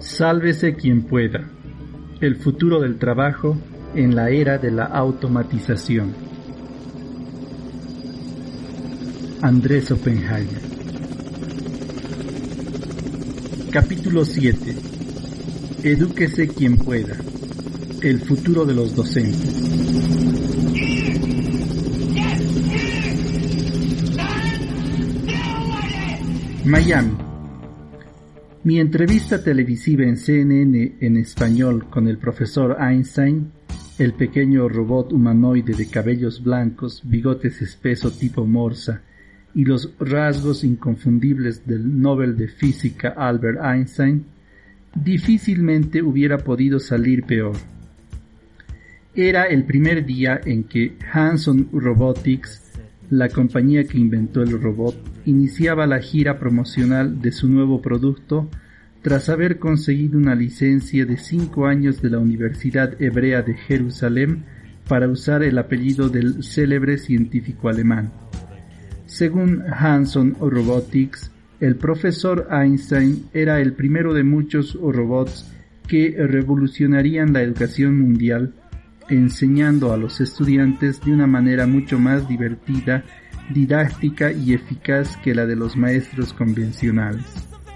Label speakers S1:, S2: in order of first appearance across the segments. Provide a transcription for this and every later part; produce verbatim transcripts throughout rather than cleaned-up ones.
S1: Sálvese quien pueda. El futuro del trabajo en la era de la automatización. Andrés Oppenheimer. Capítulo siete. Edúquese quien pueda. El futuro de los docentes. Miami. Mi entrevista televisiva en C N N en español con el profesor Einstein, el pequeño robot humanoide de cabellos blancos, bigotes espeso tipo morsa y los rasgos inconfundibles del Nobel de Física Albert Einstein, difícilmente hubiera podido salir peor. Era el primer día en que Hanson Robotics, la compañía que inventó el robot, iniciaba la gira promocional de su nuevo producto tras haber conseguido una licencia de cinco años de la Universidad Hebrea de Jerusalén para usar el apellido del célebre científico alemán. Según Hanson Robotics, el profesor Einstein era el primero de muchos robots que revolucionarían la educación mundial, enseñando a los estudiantes de una manera mucho más divertida, didáctica y eficaz que la de los maestros convencionales.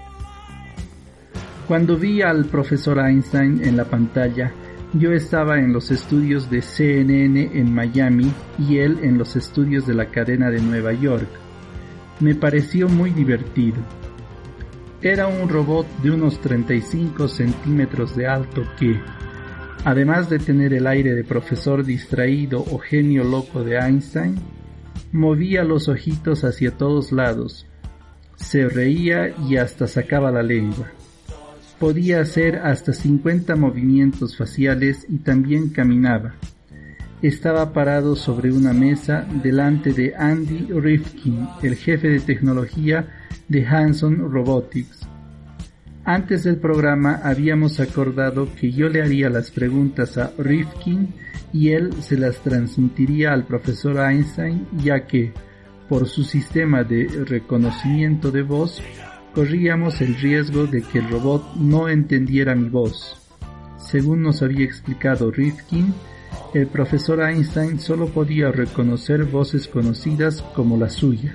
S1: Cuando vi al profesor Einstein en la pantalla, yo estaba en los estudios de C N N en Miami y él en los estudios de la cadena de Nueva York. Me pareció muy divertido. Era un robot de unos treinta y cinco centímetros de alto que, además de tener el aire de profesor distraído o genio loco de Einstein, movía los ojitos hacia todos lados, se reía y hasta sacaba la lengua. Podía hacer hasta cincuenta movimientos faciales y también caminaba. Estaba parado sobre una mesa delante de Andy Rifkin, el jefe de tecnología de Hanson Robotics. Antes del programa habíamos acordado que yo le haría las preguntas a Rifkin y él se las transmitiría al profesor Einstein, ya que, por su sistema de reconocimiento de voz, corríamos el riesgo de que el robot no entendiera mi voz. Según nos había explicado Rifkin, el profesor Einstein solo podía reconocer voces conocidas como la suya.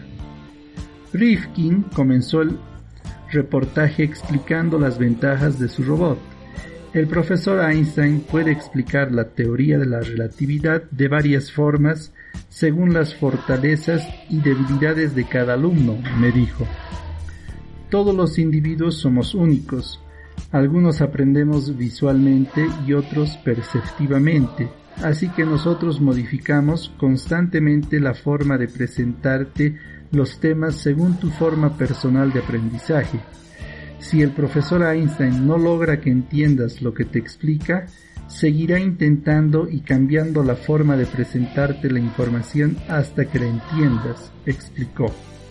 S1: Rifkin comenzó el reportaje explicando las ventajas de su robot. El profesor Einstein puede explicar la teoría de la relatividad de varias formas según las fortalezas y debilidades de cada alumno, me dijo. Todos los individuos somos únicos. Algunos aprendemos visualmente y otros perceptivamente, así que nosotros modificamos constantemente la forma de presentarte los temas según tu forma personal de aprendizaje. Si el profesor Einstein no logra que entiendas lo que te explica, seguirá intentando y cambiando la forma de presentarte la información hasta que la entiendas, explicó.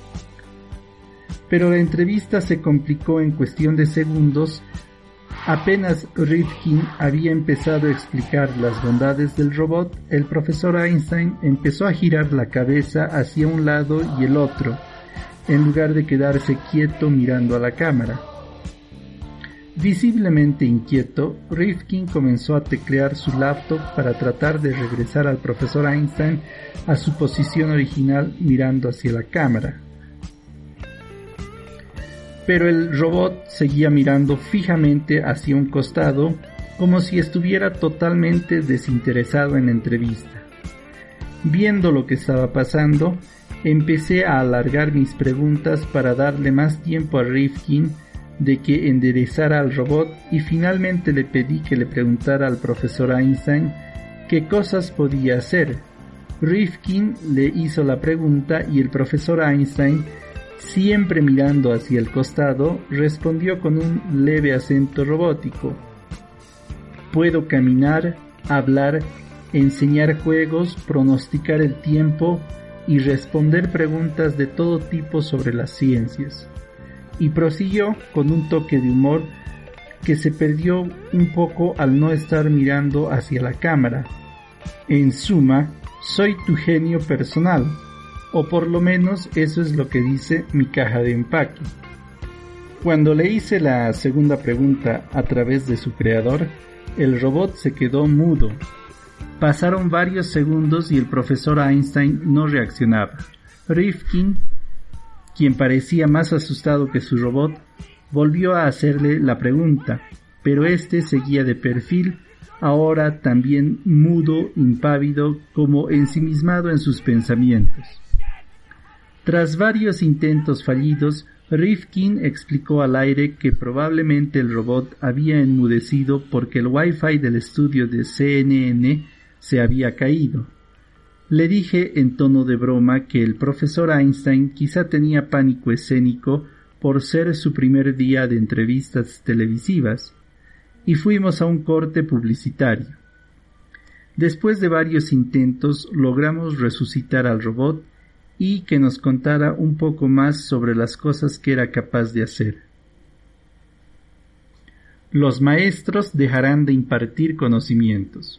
S1: Pero la entrevista se complicó en cuestión de segundos. Apenas Rifkin había empezado a explicar las bondades del robot, el profesor Einstein empezó a girar la cabeza hacia un lado y el otro, en lugar de quedarse quieto mirando a la cámara. Visiblemente inquieto, Rifkin comenzó a teclear su laptop para tratar de regresar al profesor Einstein a su posición original mirando hacia la cámara. Pero el robot seguía mirando fijamente hacia un costado, como si estuviera totalmente desinteresado en la entrevista. Viendo lo que estaba pasando, empecé a alargar mis preguntas para darle más tiempo a Rifkin de que enderezara al robot y finalmente le pedí que le preguntara al profesor Einstein qué cosas podía hacer. Rifkin le hizo la pregunta y el profesor Einstein, siempre mirando hacia el costado, respondió con un leve acento robótico. Puedo caminar, hablar, enseñar juegos, pronosticar el tiempo y responder preguntas de todo tipo sobre las ciencias. Y prosiguió con un toque de humor que se perdió un poco al no estar mirando hacia la cámara. En suma, soy tu genio personal. O por lo menos eso es lo que dice mi caja de empaque. Cuando le hice la segunda pregunta a través de su creador, el robot se quedó mudo. Pasaron varios segundos y el profesor Einstein no reaccionaba. Rifkin, quien parecía más asustado que su robot, volvió a hacerle la pregunta, pero este seguía de perfil, ahora también mudo, impávido, como ensimismado en sus pensamientos. Tras varios intentos fallidos, Rifkin explicó al aire que probablemente el robot había enmudecido porque el Wi-Fi del estudio de C N N se había caído. Le dije en tono de broma que el profesor Einstein quizá tenía pánico escénico por ser su primer día de entrevistas televisivas, y fuimos a un corte publicitario. Después de varios intentos logramos resucitar al robot y que nos contara un poco más sobre las cosas que era capaz de hacer. Los maestros dejarán de impartir conocimientos.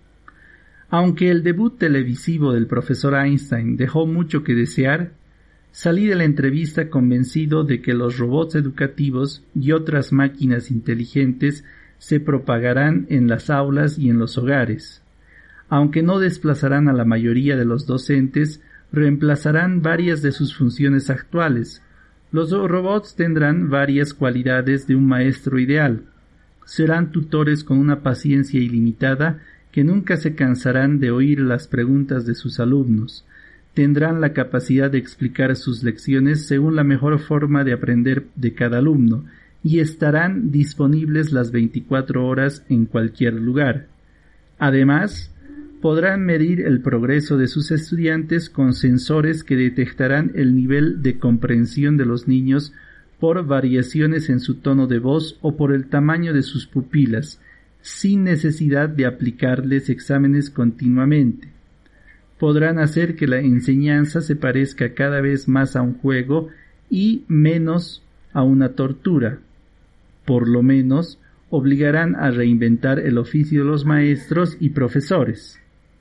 S1: Aunque el debut televisivo del profesor Einstein dejó mucho que desear, salí de la entrevista convencido de que los robots educativos y otras máquinas inteligentes se propagarán en las aulas y en los hogares. Aunque no desplazarán a la mayoría de los docentes, reemplazarán varias de sus funciones actuales. Los robots tendrán varias cualidades de un maestro ideal. Serán tutores con una paciencia ilimitada que nunca se cansarán de oír las preguntas de sus alumnos. Tendrán la capacidad de explicar sus lecciones según la mejor forma de aprender de cada alumno y estarán disponibles las veinticuatro horas en cualquier lugar. Además, podrán medir el progreso de sus estudiantes con sensores que detectarán el nivel de comprensión de los niños por variaciones en su tono de voz o por el tamaño de sus pupilas, sin necesidad de aplicarles exámenes continuamente. Podrán hacer que la enseñanza se parezca cada vez más a un juego y menos a una tortura. Por lo menos, obligarán a reinventar el oficio de los maestros y profesores.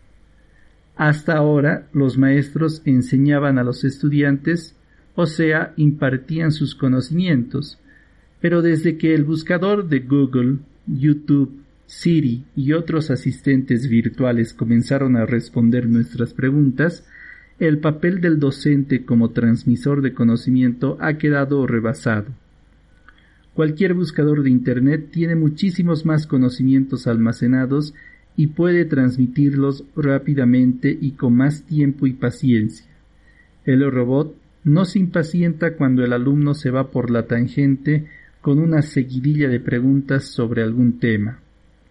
S1: Hasta ahora, los maestros enseñaban a los estudiantes, o sea, impartían sus conocimientos, pero desde que el buscador de Google, YouTube, Siri y otros asistentes virtuales comenzaron a responder nuestras preguntas, el papel del docente como transmisor de conocimiento ha quedado rebasado. Cualquier buscador de Internet tiene muchísimos más conocimientos almacenados y puede transmitirlos rápidamente y con más tiempo y paciencia. El robot no se impacienta cuando el alumno se va por la tangente con una seguidilla de preguntas sobre algún tema.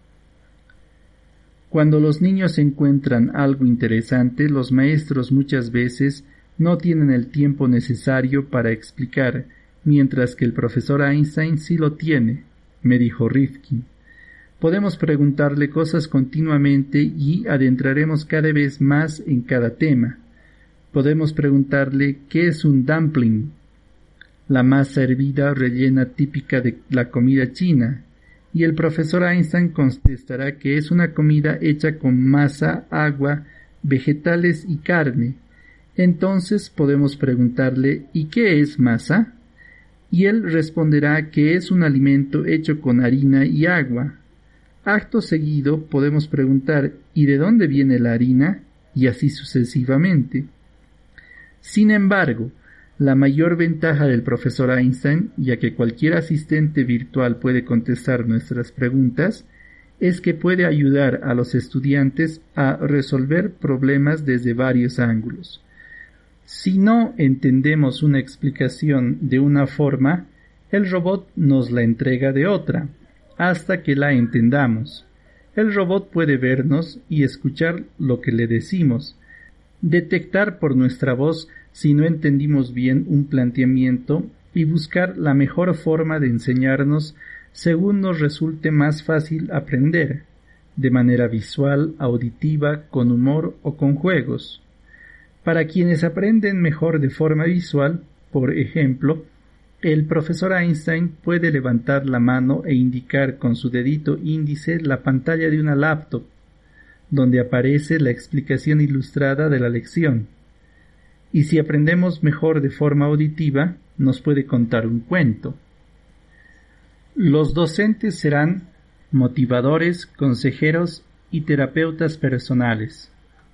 S1: Cuando los niños encuentran algo interesante, los maestros muchas veces no tienen el tiempo necesario para explicar, mientras que el profesor Einstein sí lo tiene, me dijo Rifkin. Podemos preguntarle cosas continuamente y adentraremos cada vez más en cada tema. Podemos preguntarle ¿qué es un dumpling? La masa hervida rellena típica de la comida china. Y el profesor Einstein contestará que es una comida hecha con masa, agua, vegetales y carne. Entonces podemos preguntarle ¿y qué es masa? Y él responderá que es un alimento hecho con harina y agua. Acto seguido podemos preguntar ¿y de dónde viene la harina? Y así sucesivamente. Sin embargo, la mayor ventaja del profesor Einstein, ya que cualquier asistente virtual puede contestar nuestras preguntas, es que puede ayudar a los estudiantes a resolver problemas desde varios ángulos. Si no entendemos una explicación de una forma, el robot nos la entrega de otra, hasta que la entendamos. El robot puede vernos y escuchar lo que le decimos, detectar por nuestra voz si no entendimos bien un planteamiento y buscar la mejor forma de enseñarnos según nos resulte más fácil aprender, de manera visual, auditiva, con humor o con juegos. Para quienes aprenden mejor de forma visual, por ejemplo, el profesor Einstein puede levantar la mano e indicar con su dedito índice la pantalla de una laptop, donde aparece la explicación ilustrada de la lección. Y si aprendemos mejor de forma auditiva, nos puede contar un cuento. Los docentes serán motivadores, consejeros y terapeutas personales.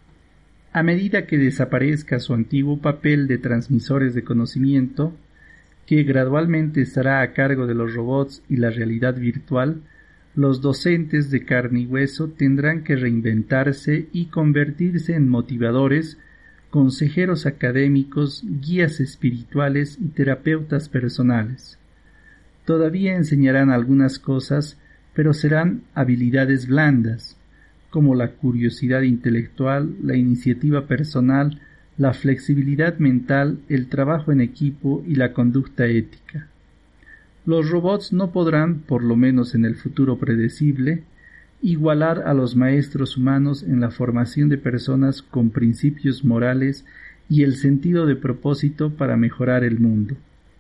S1: A medida que desaparezca su antiguo papel de transmisores de conocimiento, que gradualmente estará a cargo de los robots y la realidad virtual, los docentes de carne y hueso tendrán que reinventarse y convertirse en motivadores, consejeros académicos, guías espirituales y terapeutas personales. Todavía enseñarán algunas cosas, pero serán habilidades blandas, como la curiosidad intelectual, la iniciativa personal, la flexibilidad mental, el trabajo en equipo y la conducta ética. Los robots no podrán, por lo menos en el futuro predecible, igualar a los maestros humanos en la formación de personas con principios morales y el sentido de propósito para mejorar el mundo.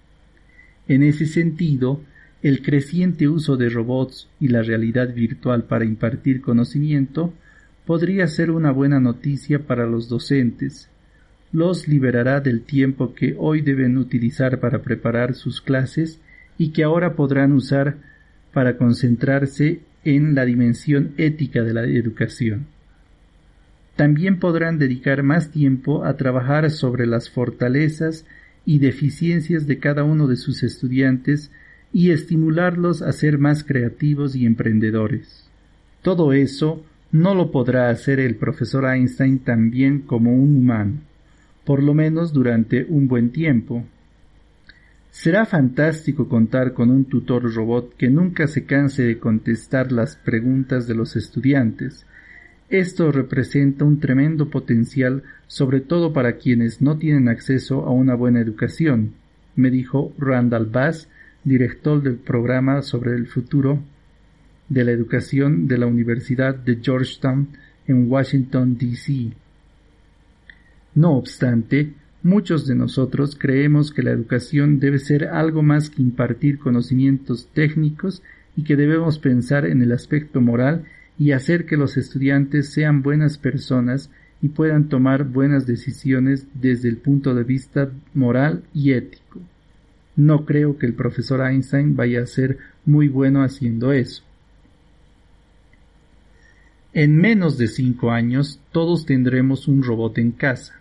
S1: En ese sentido, el creciente uso de robots y la realidad virtual para impartir conocimiento podría ser una buena noticia para los docentes. Los liberará del tiempo que hoy deben utilizar para preparar sus clases y que ahora podrán usar para concentrarse en la dimensión ética de la educación. También podrán dedicar más tiempo a trabajar sobre las fortalezas y deficiencias de cada uno de sus estudiantes y estimularlos a ser más creativos y emprendedores. Todo eso no lo podrá hacer el profesor Einstein tan bien como un humano, por lo menos durante un buen tiempo. Será fantástico contar con un tutor robot que nunca se canse de contestar las preguntas de los estudiantes. Esto representa un tremendo potencial, sobre todo para quienes no tienen acceso a una buena educación, me dijo Randall Bass, director del programa sobre el futuro de la educación de la Universidad de Georgetown en Washington, D C No obstante, muchos de nosotros creemos que la educación debe ser algo más que impartir conocimientos técnicos y que debemos pensar en el aspecto moral y hacer que los estudiantes sean buenas personas y puedan tomar buenas decisiones desde el punto de vista moral y ético. No creo que el profesor Einstein vaya a ser muy bueno haciendo eso. En menos de cinco años todos tendremos un robot en casa.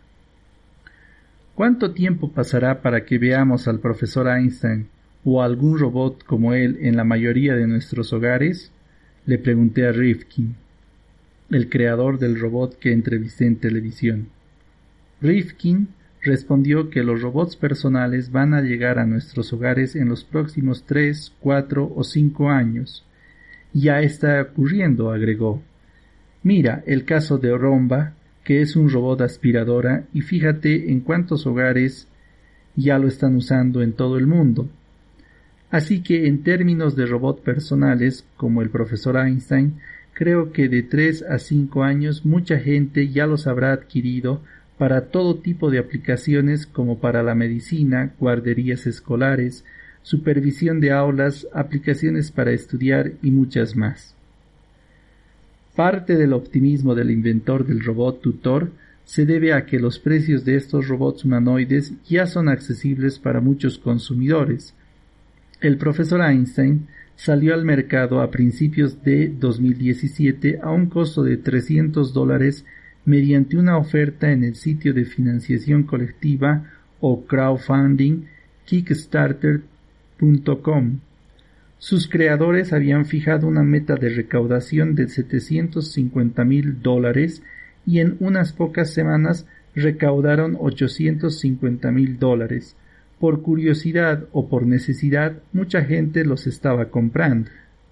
S1: ¿Cuánto tiempo pasará para que veamos al profesor Einstein o algún robot como él en la mayoría de nuestros hogares? Le pregunté a Rifkin, el creador del robot que entrevisté en televisión. Rifkin respondió que los robots personales van a llegar a nuestros hogares en los próximos tres, cuatro o cinco años. Ya está ocurriendo, agregó. Mira el caso de Roomba, que es un robot aspiradora, y fíjate en cuántos hogares ya lo están usando en todo el mundo. Así que en términos de robot personales, como el profesor Einstein, creo que de tres a cinco años mucha gente ya los habrá adquirido para todo tipo de aplicaciones como para la medicina, guarderías escolares, supervisión de aulas, aplicaciones para estudiar y muchas más. Parte del optimismo del inventor del robot tutor se debe a que los precios de estos robots humanoides ya son accesibles para muchos consumidores. El profesor Einstein salió al mercado a principios de dos mil diecisiete a un costo de trescientos dólares mediante una oferta en el sitio de financiación colectiva o crowdfunding kickstarter punto com. Sus creadores habían fijado una meta de recaudación de setecientos cincuenta mil dólares y en unas pocas semanas recaudaron ochocientos cincuenta mil dólares. Por curiosidad o por necesidad, mucha gente los estaba comprando.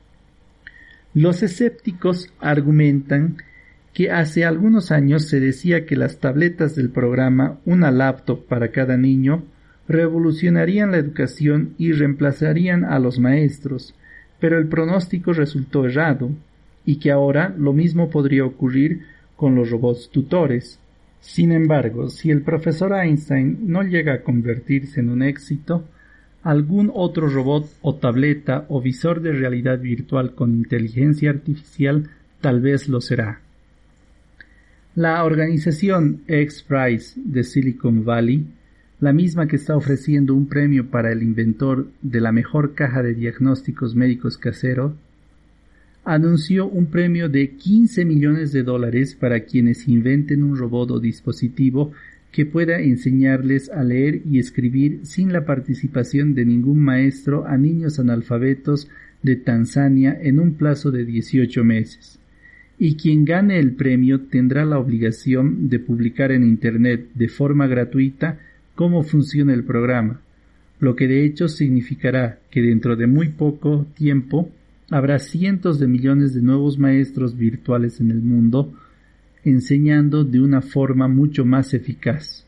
S1: Los escépticos argumentan que hace algunos años se decía que las tabletas del programa Una laptop para cada niño revolucionarían la educación y reemplazarían a los maestros, pero el pronóstico resultó errado, y que ahora lo mismo podría ocurrir con los robots tutores. Sin embargo, si el profesor Einstein no llega a convertirse en un éxito, algún otro robot o tableta o visor de realidad virtual con inteligencia artificial tal vez lo será. La organización X Prize de Silicon Valley la misma que está ofreciendo un premio para el inventor de la mejor caja de diagnósticos médicos casero, anunció un premio de quince millones de dólares para quienes inventen un robot o dispositivo que pueda enseñarles a leer y escribir sin la participación de ningún maestro a niños analfabetos de Tanzania en un plazo de dieciocho meses. Y quien gane el premio tendrá la obligación de publicar en Internet de forma gratuita cómo funciona el programa, lo que de hecho significará que dentro de muy poco tiempo habrá cientos de millones de nuevos maestros virtuales en el mundo, enseñando de una forma mucho más eficaz.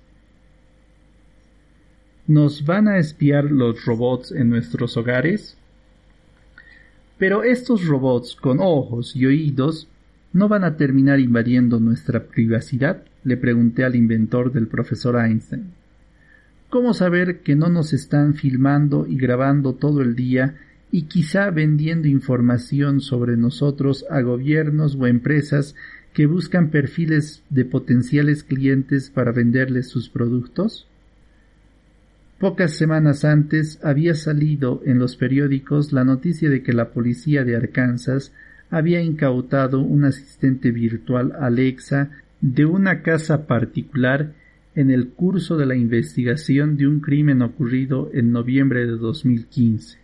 S1: ¿Nos van a espiar los robots en nuestros hogares? Pero estos robots con ojos y oídos ¿no van a terminar invadiendo nuestra privacidad?, le pregunté al inventor del profesor Einstein. ¿Cómo saber que no nos están filmando y grabando todo el día y quizá vendiendo información sobre nosotros a gobiernos o empresas que buscan perfiles de potenciales clientes para venderles sus productos? Pocas semanas antes había salido en los periódicos la noticia de que la policía de Arkansas había incautado un asistente virtual Alexa de una casa particular en el curso de la investigación de un crimen ocurrido en noviembre de dos mil quince.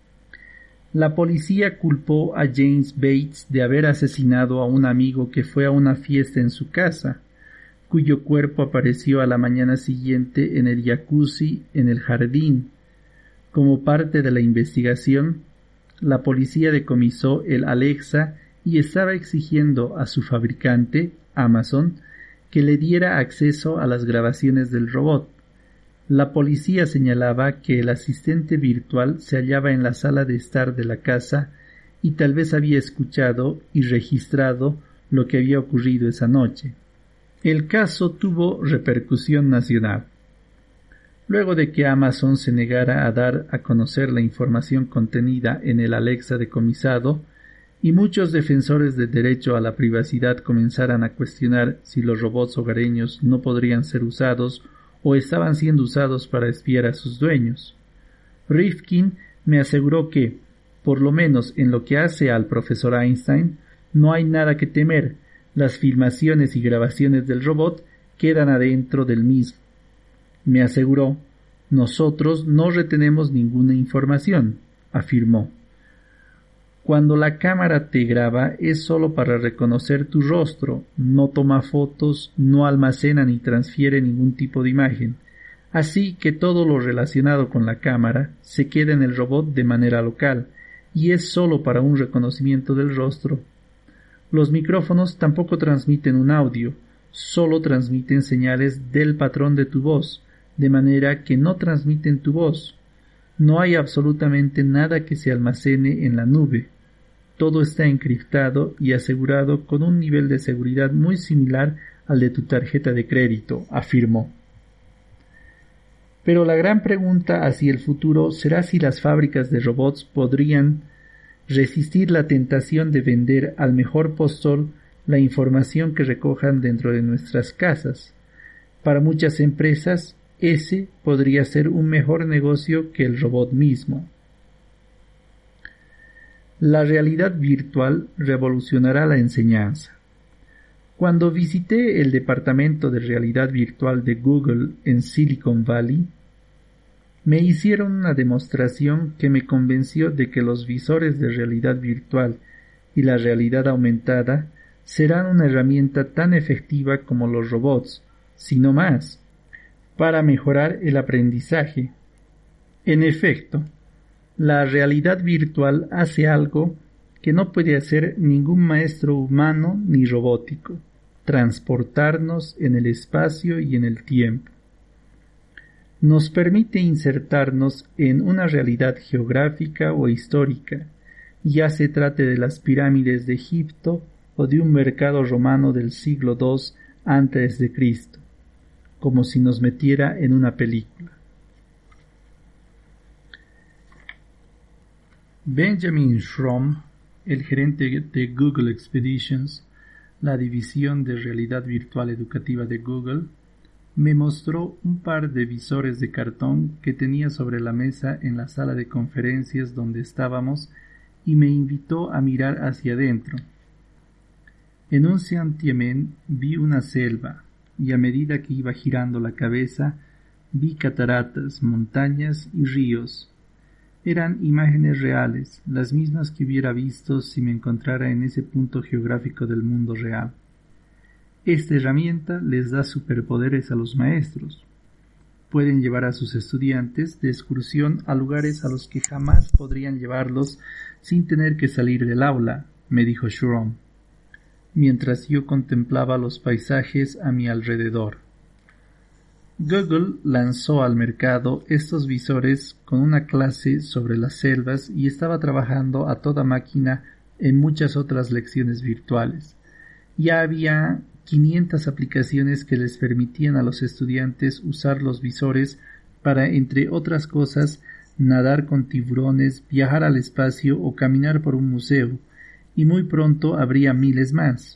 S1: La policía culpó a James Bates de haber asesinado a un amigo que fue a una fiesta en su casa, cuyo cuerpo apareció a la mañana siguiente en el jacuzzi en el jardín. Como parte de la investigación, la policía decomisó el Alexa y estaba exigiendo a su fabricante, Amazon, que le diera acceso a las grabaciones del robot. La policía señalaba que el asistente virtual se hallaba en la sala de estar de la casa y tal vez había escuchado y registrado lo que había ocurrido esa noche. El caso tuvo repercusión nacional. Luego de que Amazon se negara a dar a conocer la información contenida en el Alexa decomisado, y muchos defensores del derecho a la privacidad comenzaran a cuestionar si los robots hogareños no podrían ser usados o estaban siendo usados para espiar a sus dueños. Rifkin me aseguró que, por lo menos en lo que hace al profesor Einstein, no hay nada que temer. Las filmaciones y grabaciones del robot quedan adentro del mismo. Me aseguró, nosotros no retenemos ninguna información, afirmó. Cuando la cámara te graba es solo para reconocer tu rostro, no toma fotos, no almacena ni transfiere ningún tipo de imagen, así que todo lo relacionado con la cámara se queda en el robot de manera local y es solo para un reconocimiento del rostro. Los micrófonos tampoco transmiten un audio, solo transmiten señales del patrón de tu voz, de manera que no transmiten tu voz. No hay absolutamente nada que se almacene en la nube. Todo está encriptado y asegurado con un nivel de seguridad muy similar al de tu tarjeta de crédito, afirmó. Pero la gran pregunta hacia el futuro será si las fábricas de robots podrían resistir la tentación de vender al mejor postor la información que recojan dentro de nuestras casas. Para muchas empresas, ese podría ser un mejor negocio que el robot mismo. La realidad virtual revolucionará la enseñanza. Cuando visité el departamento de realidad virtual de Google en Silicon Valley, me hicieron una demostración que me convenció de que los visores de realidad virtual y la realidad aumentada serán una herramienta tan efectiva como los robots, si no más, para mejorar el aprendizaje. En efecto, la realidad virtual hace algo que no puede hacer ningún maestro humano ni robótico: transportarnos en el espacio y en el tiempo. Nos permite insertarnos en una realidad geográfica o histórica, ya se trate de las pirámides de Egipto o de un mercado romano del siglo dos antes de Cristo, como si nos metiera en una película. Benjamin Schromm, el gerente de Google Expeditions, la división de realidad virtual educativa de Google, Me mostró un par de visores de cartón que tenía sobre la mesa en la sala de conferencias donde estábamos y me invitó a mirar hacia adentro. En un santiamén vi una selva y a medida que iba girando la cabeza vi cataratas, montañas y ríos. Eran imágenes reales, las mismas que hubiera visto si me encontrara en ese punto geográfico del mundo real. Esta herramienta les da superpoderes a los maestros. Pueden llevar a sus estudiantes de excursión a lugares a los que jamás podrían llevarlos sin tener que salir del aula, me dijo Shroom, mientras yo contemplaba los paisajes a mi alrededor. Google lanzó al mercado estos visores con una clase sobre las selvas y estaba trabajando a toda máquina en muchas otras lecciones virtuales. Ya había quinientas aplicaciones que les permitían a los estudiantes usar los visores para, entre otras cosas, nadar con tiburones, viajar al espacio o caminar por un museo, y muy pronto habría miles más.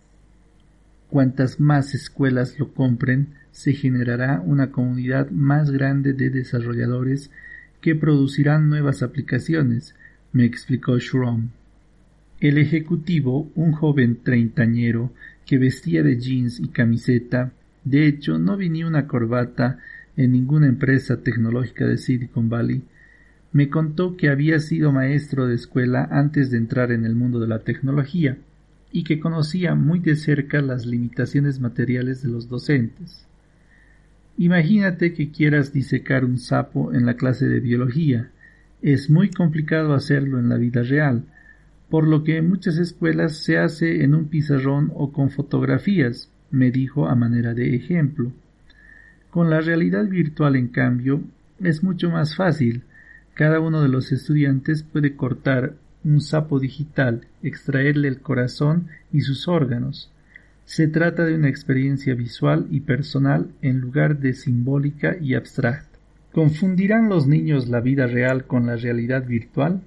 S1: Cuantas más escuelas lo compren, se generará una comunidad más grande de desarrolladores que producirán nuevas aplicaciones, me explicó Shroom. El ejecutivo, un joven treintañero que vestía de jeans y camiseta, de hecho no vi ni una corbata en ninguna empresa tecnológica de Silicon Valley, me contó que había sido maestro de escuela antes de entrar en el mundo de la tecnología y que conocía muy de cerca las limitaciones materiales de los docentes. Imagínate que quieras disecar un sapo en la clase de biología. Es muy complicado hacerlo en la vida real, por lo que en muchas escuelas se hace en un pizarrón o con fotografías, me dijo a manera de ejemplo. Con la realidad virtual, en cambio, es mucho más fácil. Cada uno de los estudiantes puede cortar un sapo digital, extraerle el corazón y sus órganos. Se trata de una experiencia visual y personal en lugar de simbólica y abstracta. ¿Confundirán los niños la vida real con la realidad virtual?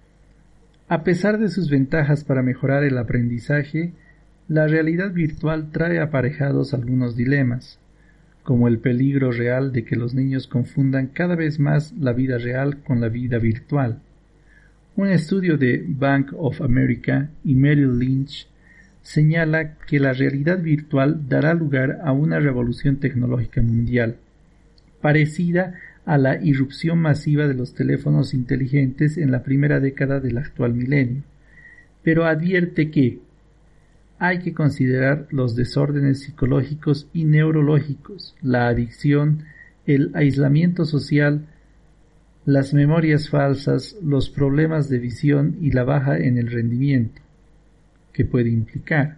S1: A pesar de sus ventajas para mejorar el aprendizaje, la realidad virtual trae aparejados algunos dilemas, como el peligro real de que los niños confundan cada vez más la vida real con la vida virtual. Un estudio de Bank of America y Merrill Lynch señala que la realidad virtual dará lugar a una revolución tecnológica mundial, parecida a la irrupción masiva de los teléfonos inteligentes en la primera década del actual milenio, pero advierte que hay que considerar los desórdenes psicológicos y neurológicos, la adicción, el aislamiento social, las memorias falsas, los problemas de visión y la baja en el rendimiento que puede implicar.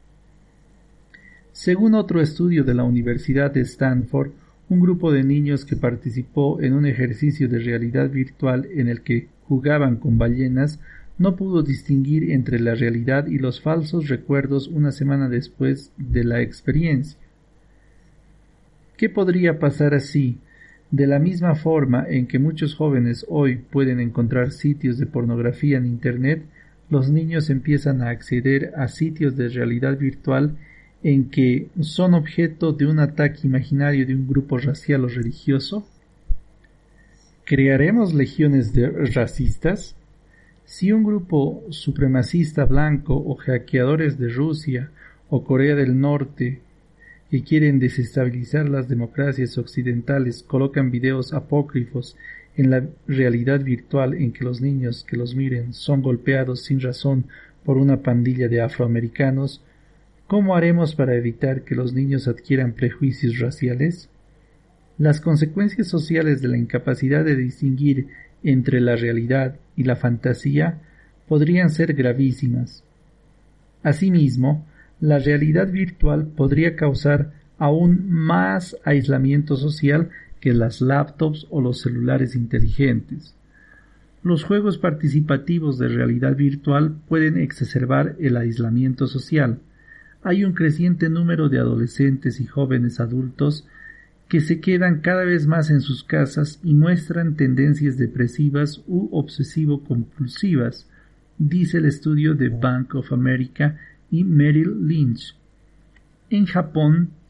S1: Según otro estudio de la Universidad de Stanford, un grupo de niños que participó en un ejercicio de realidad virtual en el que jugaban con ballenas no pudo distinguir entre la realidad y los falsos recuerdos una semana después de la experiencia. ¿Qué podría pasar así? De la misma forma en que muchos jóvenes hoy pueden encontrar sitios de pornografía en Internet, los niños empiezan a acceder a sitios de realidad virtual en que son objeto de un ataque imaginario de un grupo racial o religioso. ¿Crearemos legiones de racistas? Si un grupo supremacista blanco o hackeadores de Rusia o Corea del Norte que quieren desestabilizar las democracias occidentales colocan videos apócrifos en la realidad virtual en que los niños que los miren son golpeados sin razón por una pandilla de afroamericanos, ¿cómo haremos para evitar que los niños adquieran prejuicios raciales? Las consecuencias sociales de la incapacidad de distinguir entre la realidad y la fantasía podrían ser gravísimas. Asimismo, la realidad virtual podría causar aún más aislamiento social que las laptops o los celulares inteligentes. Los juegos participativos de realidad virtual pueden exacerbar el aislamiento social. Hay un creciente número de adolescentes y jóvenes adultos que se quedan cada vez más en sus casas y muestran tendencias depresivas u obsesivo-compulsivas, dice el estudio de Bank of America y Merrill Lynch. En Japón,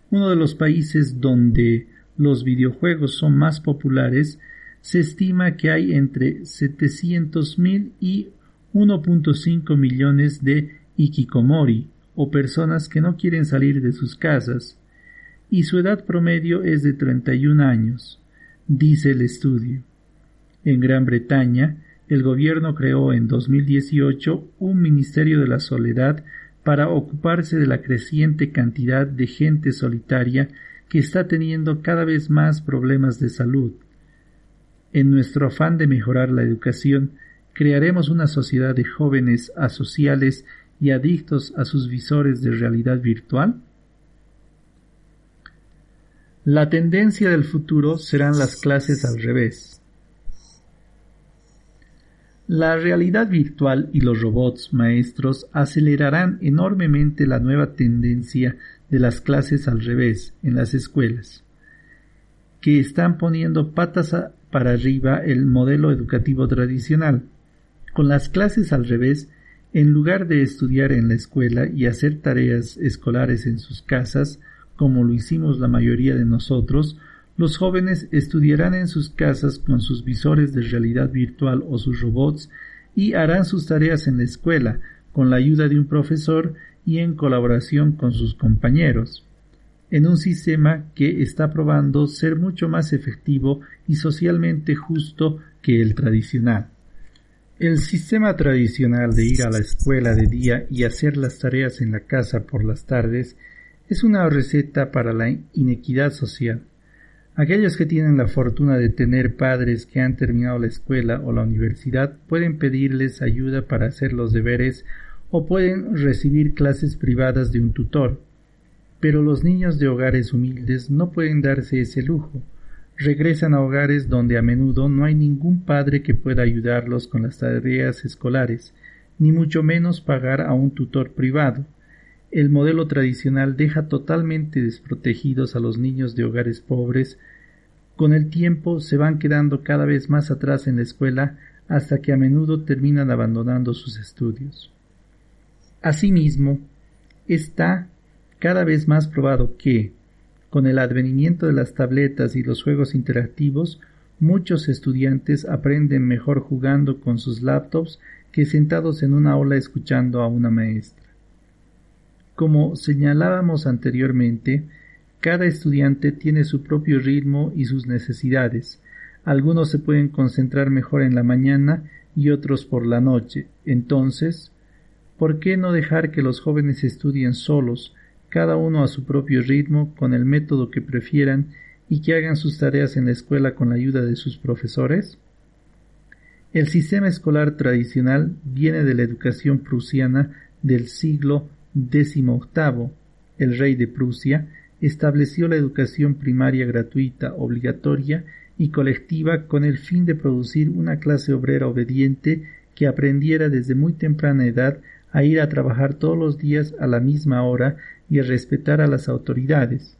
S1: Uno de los países donde los videojuegos son más populares, se estima que hay entre setecientos mil y uno punto cinco millones de hikikomori, o personas que no quieren salir de sus casas, y su edad promedio es de treinta y un años, dice el estudio. En Gran Bretaña, el gobierno creó en dos mil dieciocho un Ministerio de la Soledad para ocuparse de la creciente cantidad de gente solitaria que está teniendo cada vez más problemas de salud. En nuestro afán de mejorar la educación, crearemos una sociedad de jóvenes asociales y adictos a sus visores de realidad virtual. La tendencia del futuro serán las clases al revés. La realidad virtual y los robots maestros acelerarán enormemente la nueva tendencia de las clases al revés en las escuelas, que están poniendo patas a, para arriba el modelo educativo tradicional. Con las clases al revés, en lugar de estudiar en la escuela y hacer tareas escolares en sus casas, como lo hicimos la mayoría de nosotros, los jóvenes estudiarán en sus casas con sus visores de realidad virtual o sus robots y harán sus tareas en la escuela con la ayuda de un profesor y en colaboración con sus compañeros, en un sistema que está probando ser mucho más efectivo y socialmente justo que el tradicional. El sistema tradicional de ir a la escuela de día y hacer las tareas en la casa por las tardes es una receta para la inequidad social. Aquellos que tienen la fortuna de tener padres que han terminado la escuela o la universidad pueden pedirles ayuda para hacer los deberes o pueden recibir clases privadas de un tutor. Pero los niños de hogares humildes no pueden darse ese lujo. Regresan a hogares donde a menudo no hay ningún padre que pueda ayudarlos con las tareas escolares, ni mucho menos pagar a un tutor privado. El modelo tradicional deja totalmente desprotegidos a los niños de hogares pobres. Con el tiempo se van quedando cada vez más atrás en la escuela hasta que a menudo terminan abandonando sus estudios. Asimismo, está cada vez más probado que, con el advenimiento de las tabletas y los juegos interactivos, muchos estudiantes aprenden mejor jugando con sus laptops que sentados en una aula escuchando a una maestra. Como señalábamos anteriormente, cada estudiante tiene su propio ritmo y sus necesidades. Algunos se pueden concentrar mejor en la mañana y otros por la noche. Entonces, ¿por qué no dejar que los jóvenes estudien solos, cada uno a su propio ritmo, con el método que prefieran, y que hagan sus tareas en la escuela con la ayuda de sus profesores? El sistema escolar tradicional viene de la educación prusiana del siglo decimoctavo. El rey de Prusia estableció la educación primaria gratuita, obligatoria y colectiva con el fin de producir una clase obrera obediente que aprendiera desde muy temprana edad a ir a trabajar todos los días a la misma hora y a respetar a las autoridades.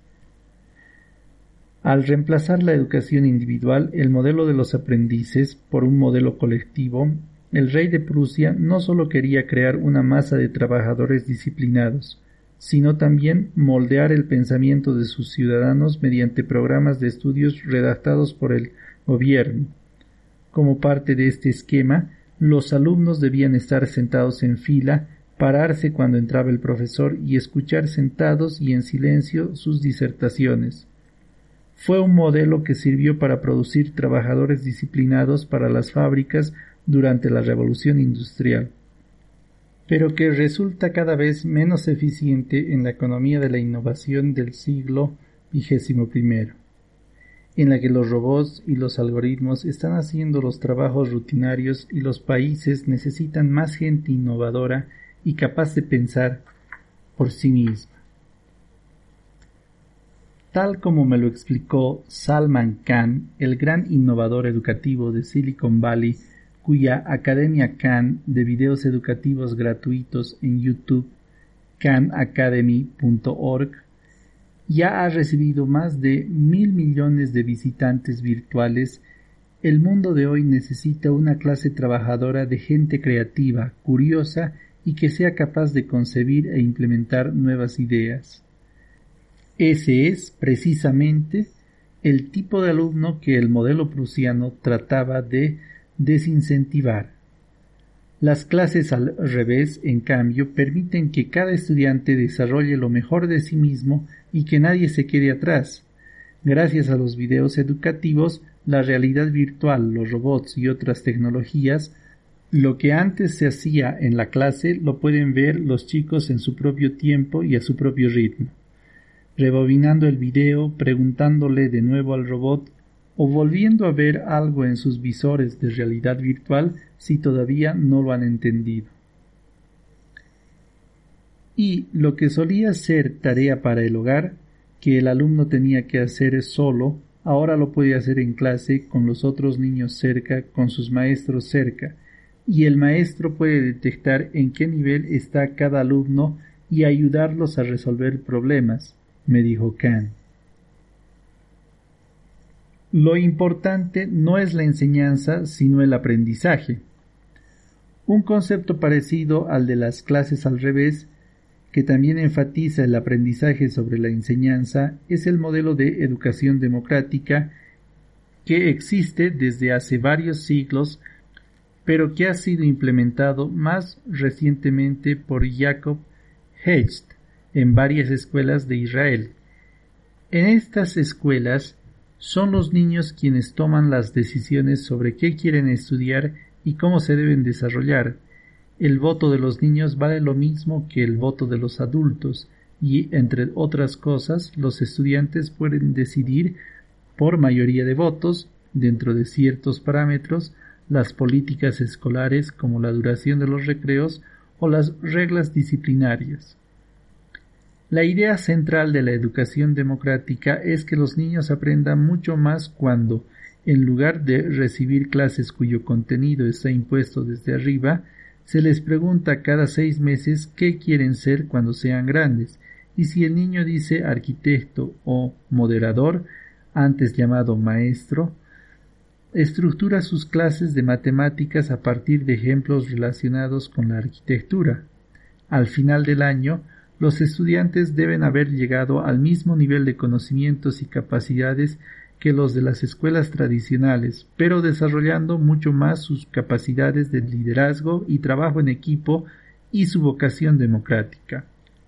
S1: Al reemplazar la educación individual, el modelo de los aprendices, por un modelo colectivo, el rey de Prusia no solo quería crear una masa de trabajadores disciplinados, sino también moldear el pensamiento de sus ciudadanos mediante programas de estudios redactados por el gobierno. Como parte de este esquema, los alumnos debían estar sentados en fila, pararse cuando entraba el profesor y escuchar sentados y en silencio sus disertaciones. Fue un modelo que sirvió para producir trabajadores disciplinados para las fábricas durante la Revolución Industrial, pero que resulta cada vez menos eficiente en la economía de la innovación del siglo vigésimo primero, en la que los robots y los algoritmos están haciendo los trabajos rutinarios y los países necesitan más gente innovadora y capaz de pensar por sí misma. Tal como me lo explicó Salman Khan, el gran innovador educativo de Silicon Valley, cuya Academia Khan de videos educativos gratuitos en YouTube, khan academy punto org, ya ha recibido más de mil millones de visitantes virtuales. El mundo de hoy necesita una clase trabajadora de gente creativa, curiosa y que sea capaz de concebir e implementar nuevas ideas. Ese es, precisamente, el tipo de alumno que el modelo prusiano trataba de desincentivar. Las clases al revés, en cambio, permiten que cada estudiante desarrolle lo mejor de sí mismo y que nadie se quede atrás. Gracias a los videos educativos, la realidad virtual, los robots y otras tecnologías, lo que antes se hacía en la clase lo pueden ver los chicos en su propio tiempo y a su propio ritmo, rebobinando el video, preguntándole de nuevo al robot o volviendo a ver algo en sus visores de realidad virtual si todavía no lo han entendido. Y lo que solía ser tarea para el hogar, que el alumno tenía que hacer solo, ahora lo puede hacer en clase con los otros niños cerca, con sus maestros cerca, y el maestro puede detectar en qué nivel está cada alumno y ayudarlos a resolver problemas, me dijo Khan. Lo importante no es la enseñanza, sino el aprendizaje. Un concepto parecido al de las clases al revés, que también enfatiza el aprendizaje sobre la enseñanza, es el modelo de educación democrática que existe desde hace varios siglos, pero que ha sido implementado más recientemente por Jacob Hecht en varias escuelas de Israel. En estas escuelas son los niños quienes toman las decisiones sobre qué quieren estudiar y cómo se deben desarrollar. El voto de los niños vale lo mismo que el voto de los adultos y, entre otras cosas, los estudiantes pueden decidir por mayoría de votos, dentro de ciertos parámetros, las políticas escolares como la duración de los recreos o las reglas disciplinarias. La idea central de la educación democrática es que los niños aprendan mucho más cuando, en lugar de recibir clases cuyo contenido está impuesto desde arriba, se les pregunta cada seis meses qué quieren ser cuando sean grandes, y si el niño dice arquitecto o moderador, antes llamado maestro, estructura sus clases de matemáticas a partir de ejemplos relacionados con la arquitectura. Al final del año, los estudiantes deben haber llegado al mismo nivel de conocimientos y capacidades que los de las escuelas tradicionales, pero desarrollando mucho más sus capacidades de liderazgo y trabajo en equipo y su vocación democrática.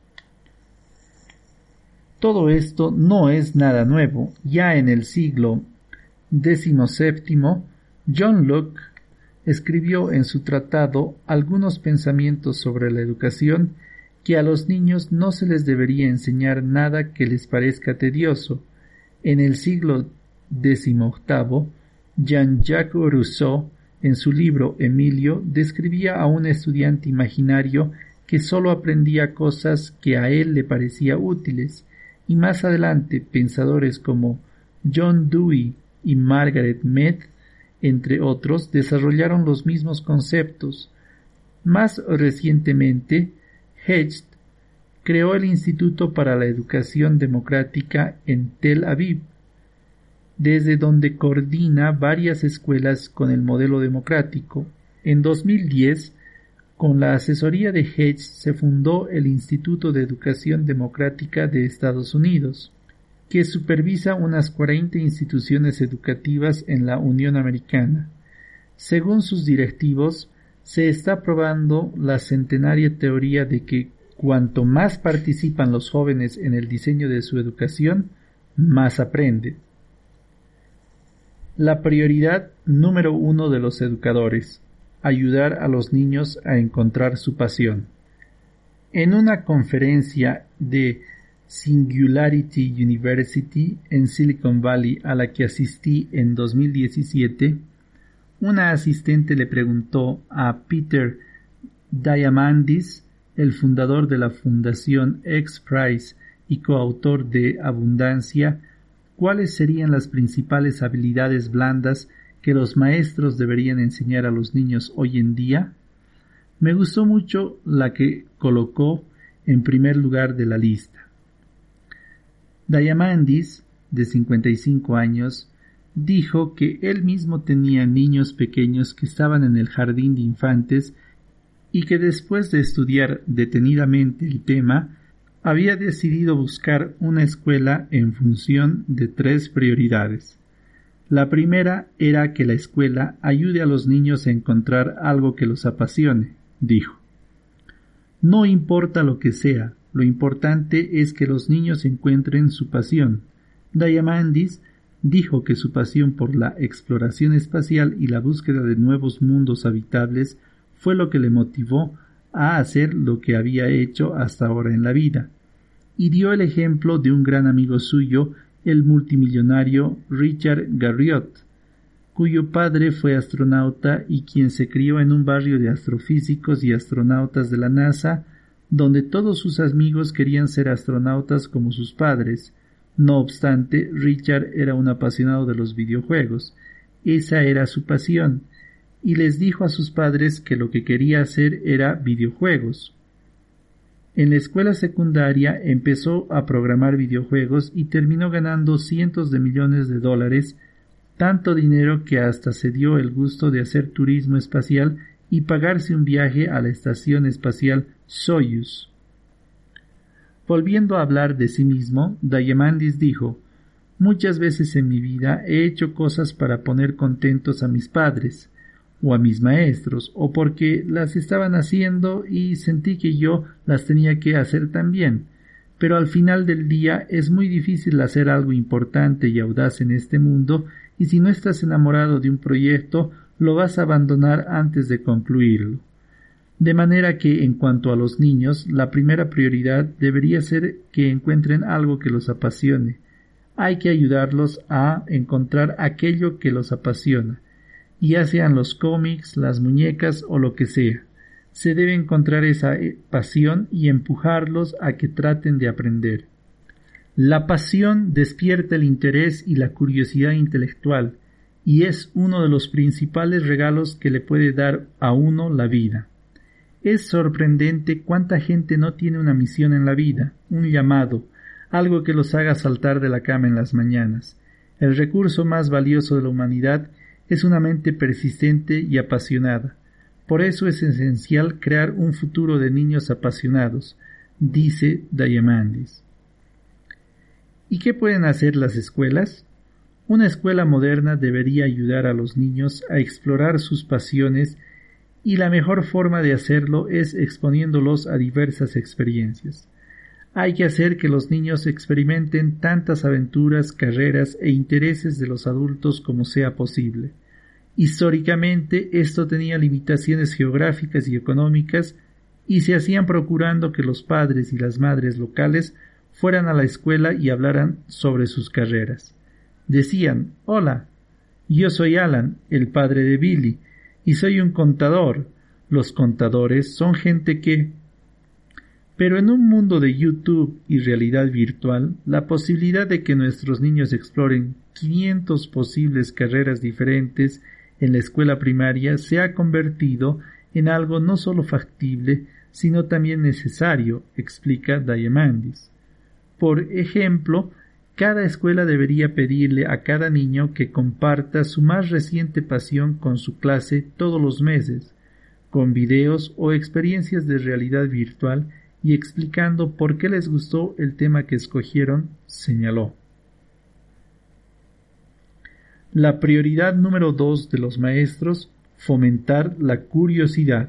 S1: Todo esto no es nada nuevo. Ya en el siglo decimoséptimo, John Locke escribió en su tratado algunos pensamientos sobre la educación que a los niños no se les debería enseñar nada que les parezca tedioso. En el siglo decimoctavo, Jean-Jacques Rousseau, en su libro Emilio, describía a un estudiante imaginario que sólo aprendía cosas que a él le parecía útiles, y más adelante pensadores como John Dewey y Margaret Mead, entre otros, desarrollaron los mismos conceptos. Más recientemente, Hecht creó el Instituto para la Educación Democrática en Tel Aviv, desde donde coordina varias escuelas con el modelo democrático. En dos mil diez, con la asesoría de Hecht, se fundó el Instituto de Educación Democrática de Estados Unidos, que supervisa unas cuarenta instituciones educativas en la Unión Americana. Según sus directivos, se está probando la centenaria teoría de que cuanto más participan los jóvenes en el diseño de su educación, más aprenden. La prioridad número uno de los educadores: ayudar a los niños a encontrar su pasión. En una conferencia de Singularity University en Silicon Valley a la que asistí en dos mil diecisiete, una asistente le preguntó a Peter Diamandis, el fundador de la Fundación X Prize y coautor de Abundancia, cuáles serían las principales habilidades blandas que los maestros deberían enseñar a los niños hoy en día. Me gustó mucho la que colocó en primer lugar de la lista. Diamandis, de cincuenta y cinco años, dijo que él mismo tenía niños pequeños que estaban en el jardín de infantes y que después de estudiar detenidamente el tema, había decidido buscar una escuela en función de tres prioridades. La primera era que la escuela ayude a los niños a encontrar algo que los apasione, dijo. No importa lo que sea, lo importante es que los niños encuentren su pasión. Diamandis dijo que su pasión por la exploración espacial y la búsqueda de nuevos mundos habitables fue lo que le motivó a hacer lo que había hecho hasta ahora en la vida, y dio el ejemplo de un gran amigo suyo, el multimillonario Richard Garriott, cuyo padre fue astronauta y quien se crió en un barrio de astrofísicos y astronautas de la NASA, donde todos sus amigos querían ser astronautas como sus padres. No obstante, Richard era un apasionado de los videojuegos. Esa era su pasión, y les dijo a sus padres que lo que quería hacer era videojuegos. En la escuela secundaria empezó a programar videojuegos y terminó ganando cientos de millones de dólares, tanto dinero que hasta se dio el gusto de hacer turismo espacial y pagarse un viaje a la estación espacial Soyuz. Volviendo a hablar de sí mismo, Diamandis dijo: «Muchas veces en mi vida he hecho cosas para poner contentos a mis padres, o a mis maestros, o porque las estaban haciendo y sentí que yo las tenía que hacer también. Pero al final del día es muy difícil hacer algo importante y audaz en este mundo, y si no estás enamorado de un proyecto, lo vas a abandonar antes de concluirlo. De manera que, en cuanto a los niños, la primera prioridad debería ser que encuentren algo que los apasione. Hay que ayudarlos a encontrar aquello que los apasiona, ya sean los cómics, las muñecas o lo que sea. Se debe encontrar esa pasión y empujarlos a que traten de aprender. La pasión despierta el interés y la curiosidad intelectual, y es uno de los principales regalos que le puede dar a uno la vida. Es sorprendente cuánta gente no tiene una misión en la vida, un llamado, algo que los haga saltar de la cama en las mañanas. El recurso más valioso de la humanidad es una mente persistente y apasionada. Por eso es esencial crear un futuro de niños apasionados, dice Diamandis. ¿Y qué pueden hacer las escuelas? Una escuela moderna debería ayudar a los niños a explorar sus pasiones, y la mejor forma de hacerlo es exponiéndolos a diversas experiencias. Hay que hacer que los niños experimenten tantas aventuras, carreras e intereses de los adultos como sea posible. Históricamente esto tenía limitaciones geográficas y económicas, y se hacían procurando que los padres y las madres locales fueran a la escuela y hablaran sobre sus carreras. Decían: «Hola, yo soy Alan, el padre de Billy, y soy un contador. Los contadores son gente que...». Pero en un mundo de YouTube y realidad virtual, la posibilidad de que nuestros niños exploren quinientas posibles carreras diferentes en la escuela primaria se ha convertido en algo no solo factible, sino también necesario, explica Diamandis. Por ejemplo, cada escuela debería pedirle a cada niño que comparta su más reciente pasión con su clase todos los meses, con videos o experiencias de realidad virtual y explicando por qué les gustó el tema que escogieron, señaló. La prioridad número dos de los maestros: fomentar la curiosidad.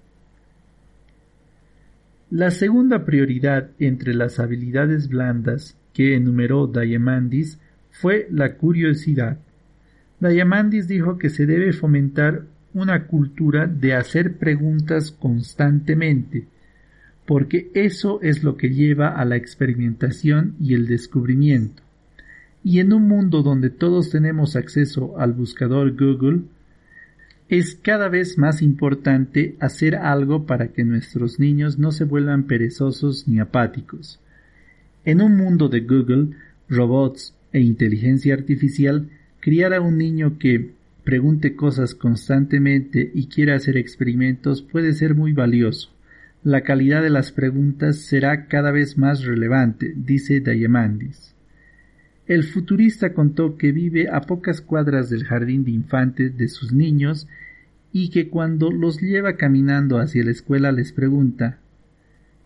S1: La segunda prioridad entre las habilidades blandas que enumeró Diamandis fue la curiosidad. Diamandis dijo que se debe fomentar una cultura de hacer preguntas constantemente, porque eso es lo que lleva a la experimentación y el descubrimiento. Y en un mundo donde todos tenemos acceso al buscador Google, es cada vez más importante hacer algo para que nuestros niños no se vuelvan perezosos ni apáticos. En un mundo de Google, robots e inteligencia artificial, criar a un niño que pregunte cosas constantemente y quiera hacer experimentos puede ser muy valioso. La calidad de las preguntas será cada vez más relevante, dice Diamandis. El futurista contó que vive a pocas cuadras del jardín de infantes de sus niños y que cuando los lleva caminando hacia la escuela les pregunta: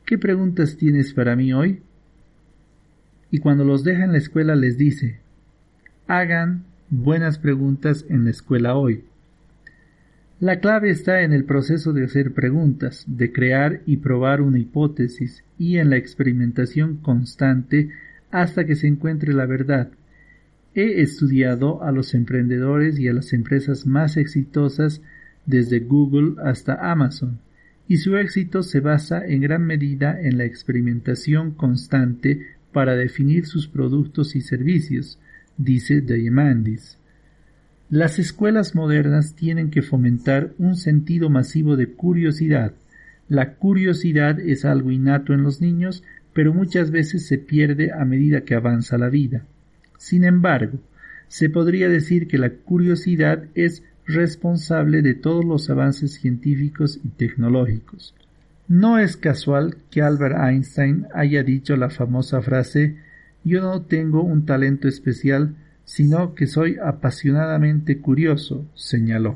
S1: ¿qué preguntas tienes para mí hoy? Y cuando los deja en la escuela les dice, hagan buenas preguntas en la escuela hoy. La clave está en el proceso de hacer preguntas, de crear y probar una hipótesis y en la experimentación constante hasta que se encuentre la verdad. He estudiado a los emprendedores y a las empresas más exitosas desde Google hasta Amazon, y su éxito se basa en gran medida en la experimentación constante para definir sus productos y servicios, dice Diamandis. Las escuelas modernas tienen que fomentar un sentido masivo de curiosidad. La curiosidad es algo innato en los niños, pero muchas veces se pierde a medida que avanza la vida. Sin embargo, se podría decir que la curiosidad es responsable de todos los avances científicos y tecnológicos. No es casual que Albert Einstein haya dicho la famosa frase «Yo no tengo un talento especial, sino que soy apasionadamente curioso», señaló.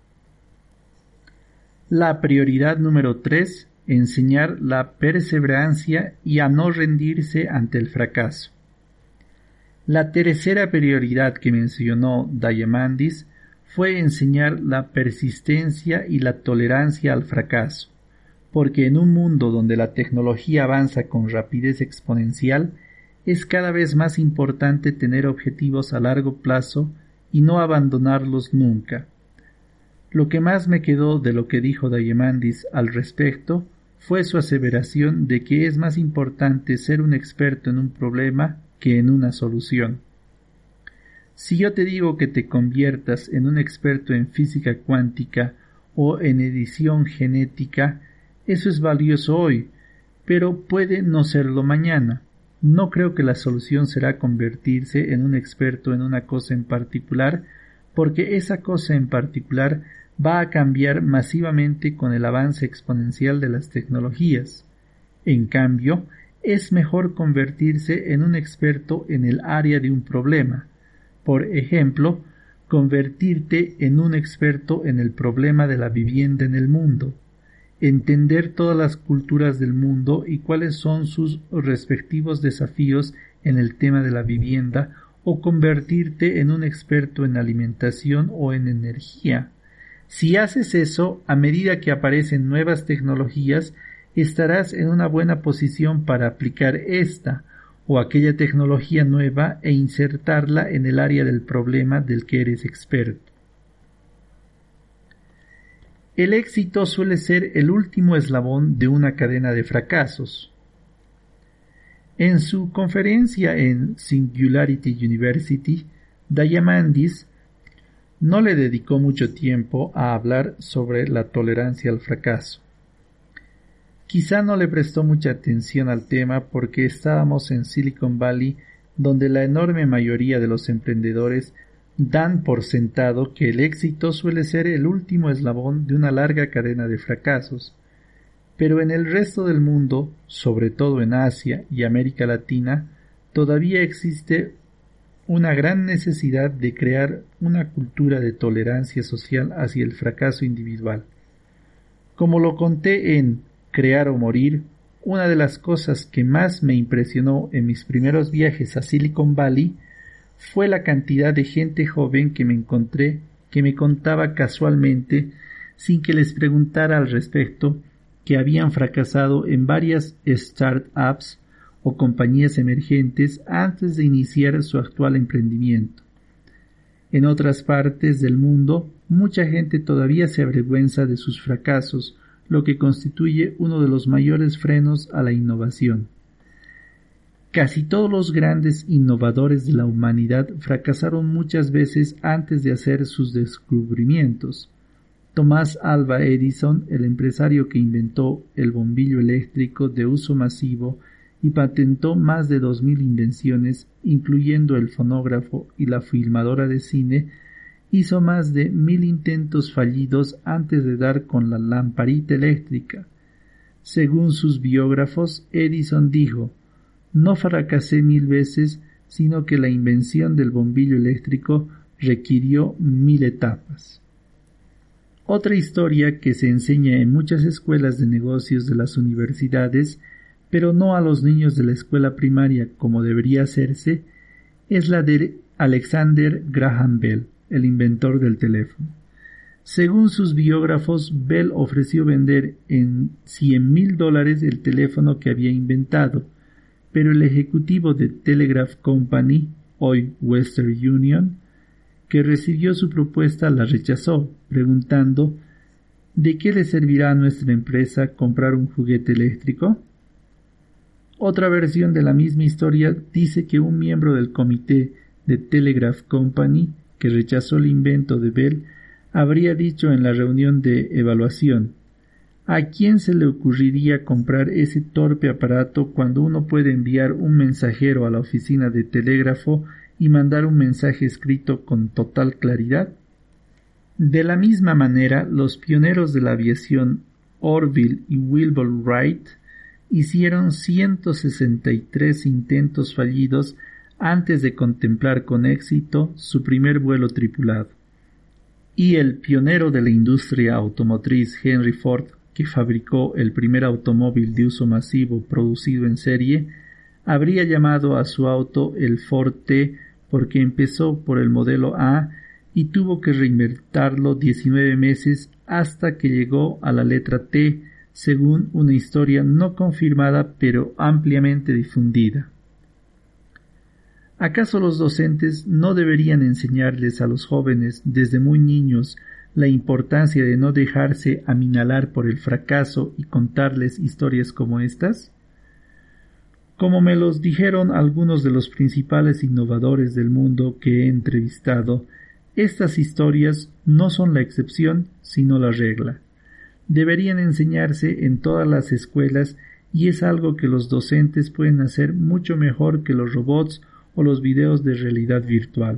S1: La prioridad número tres, enseñar la perseverancia y a no rendirse ante el fracaso. La tercera prioridad que mencionó Diamandis fue enseñar la persistencia y la tolerancia al fracaso, porque en un mundo donde la tecnología avanza con rapidez exponencial, es cada vez más importante tener objetivos a largo plazo y no abandonarlos nunca. Lo que más me quedó de lo que dijo Diamandis al respecto fue su aseveración de que es más importante ser un experto en un problema que en una solución. Si yo te digo que te conviertas en un experto en física cuántica o en edición genética, eso es valioso hoy, pero puede no serlo mañana. No creo que la solución será convertirse en un experto en una cosa en particular, porque esa cosa en particular va a cambiar masivamente con el avance exponencial de las tecnologías. En cambio, es mejor convertirse en un experto en el área de un problema. Por ejemplo, convertirte en un experto en el problema de la vivienda en el mundo, entender todas las culturas del mundo y cuáles son sus respectivos desafíos en el tema de la vivienda, o convertirte en un experto en alimentación o en energía. Si haces eso, a medida que aparecen nuevas tecnologías, estarás en una buena posición para aplicar esta o aquella tecnología nueva e insertarla en el área del problema del que eres experto. El éxito suele ser el último eslabón de una cadena de fracasos. En su conferencia en Singularity University, Diamandis no le dedicó mucho tiempo a hablar sobre la tolerancia al fracaso. Quizá no le prestó mucha atención al tema porque estábamos en Silicon Valley, donde la enorme mayoría de los emprendedores dan por sentado que el éxito suele ser el último eslabón de una larga cadena de fracasos. Pero en el resto del mundo, sobre todo en Asia y América Latina, todavía existe una gran necesidad de crear una cultura de tolerancia social hacia el fracaso individual. Como lo conté en Crear o Morir, una de las cosas que más me impresionó en mis primeros viajes a Silicon Valley fue la cantidad de gente joven que me encontré que me contaba casualmente, sin que les preguntara al respecto, que habían fracasado en varias startups o compañías emergentes antes de iniciar su actual emprendimiento. En otras partes del mundo, mucha gente todavía se avergüenza de sus fracasos, lo que constituye uno de los mayores frenos a la innovación. Casi todos los grandes innovadores de la humanidad fracasaron muchas veces antes de hacer sus descubrimientos. Thomas Alva Edison, el empresario que inventó el bombillo eléctrico de uso masivo y patentó más de dos mil invenciones, incluyendo el fonógrafo y la filmadora de cine, hizo más de mil intentos fallidos antes de dar con la lamparita eléctrica. Según sus biógrafos, Edison dijo: «No fracasé mil veces, sino que la invención del bombillo eléctrico requirió mil etapas». Otra historia que se enseña en muchas escuelas de negocios de las universidades pero no a los niños de la escuela primaria como debería hacerse, es la de Alexander Graham Bell, el inventor del teléfono. Según sus biógrafos, Bell ofreció vender en cien mil dólares el teléfono que había inventado, pero el ejecutivo de Telegraph Company, hoy Western Union, que recibió su propuesta la rechazó, preguntando ¿de qué le servirá a nuestra empresa comprar un juguete eléctrico? Otra versión de la misma historia dice que un miembro del comité de Telegraph Company, que rechazó el invento de Bell, habría dicho en la reunión de evaluación: ¿a quién se le ocurriría comprar ese torpe aparato cuando uno puede enviar un mensajero a la oficina de telégrafo y mandar un mensaje escrito con total claridad? De la misma manera, los pioneros de la aviación Orville y Wilbur Wright hicieron ciento sesenta y tres intentos fallidos antes de contemplar con éxito su primer vuelo tripulado. Y el pionero de la industria automotriz Henry Ford, que fabricó el primer automóvil de uso masivo producido en serie, habría llamado a su auto el Ford T porque empezó por el modelo A y tuvo que reinventarlo diecinueve meses hasta que llegó a la letra T, según una historia no confirmada pero ampliamente difundida. ¿Acaso los docentes no deberían enseñarles a los jóvenes desde muy niños la importancia de no dejarse aminalar por el fracaso y contarles historias como estas? Como me los dijeron algunos de los principales innovadores del mundo que he entrevistado, estas historias no son la excepción, sino la regla. Deberían enseñarse en todas las escuelas y es algo que los docentes pueden hacer mucho mejor que los robots o los videos de realidad virtual.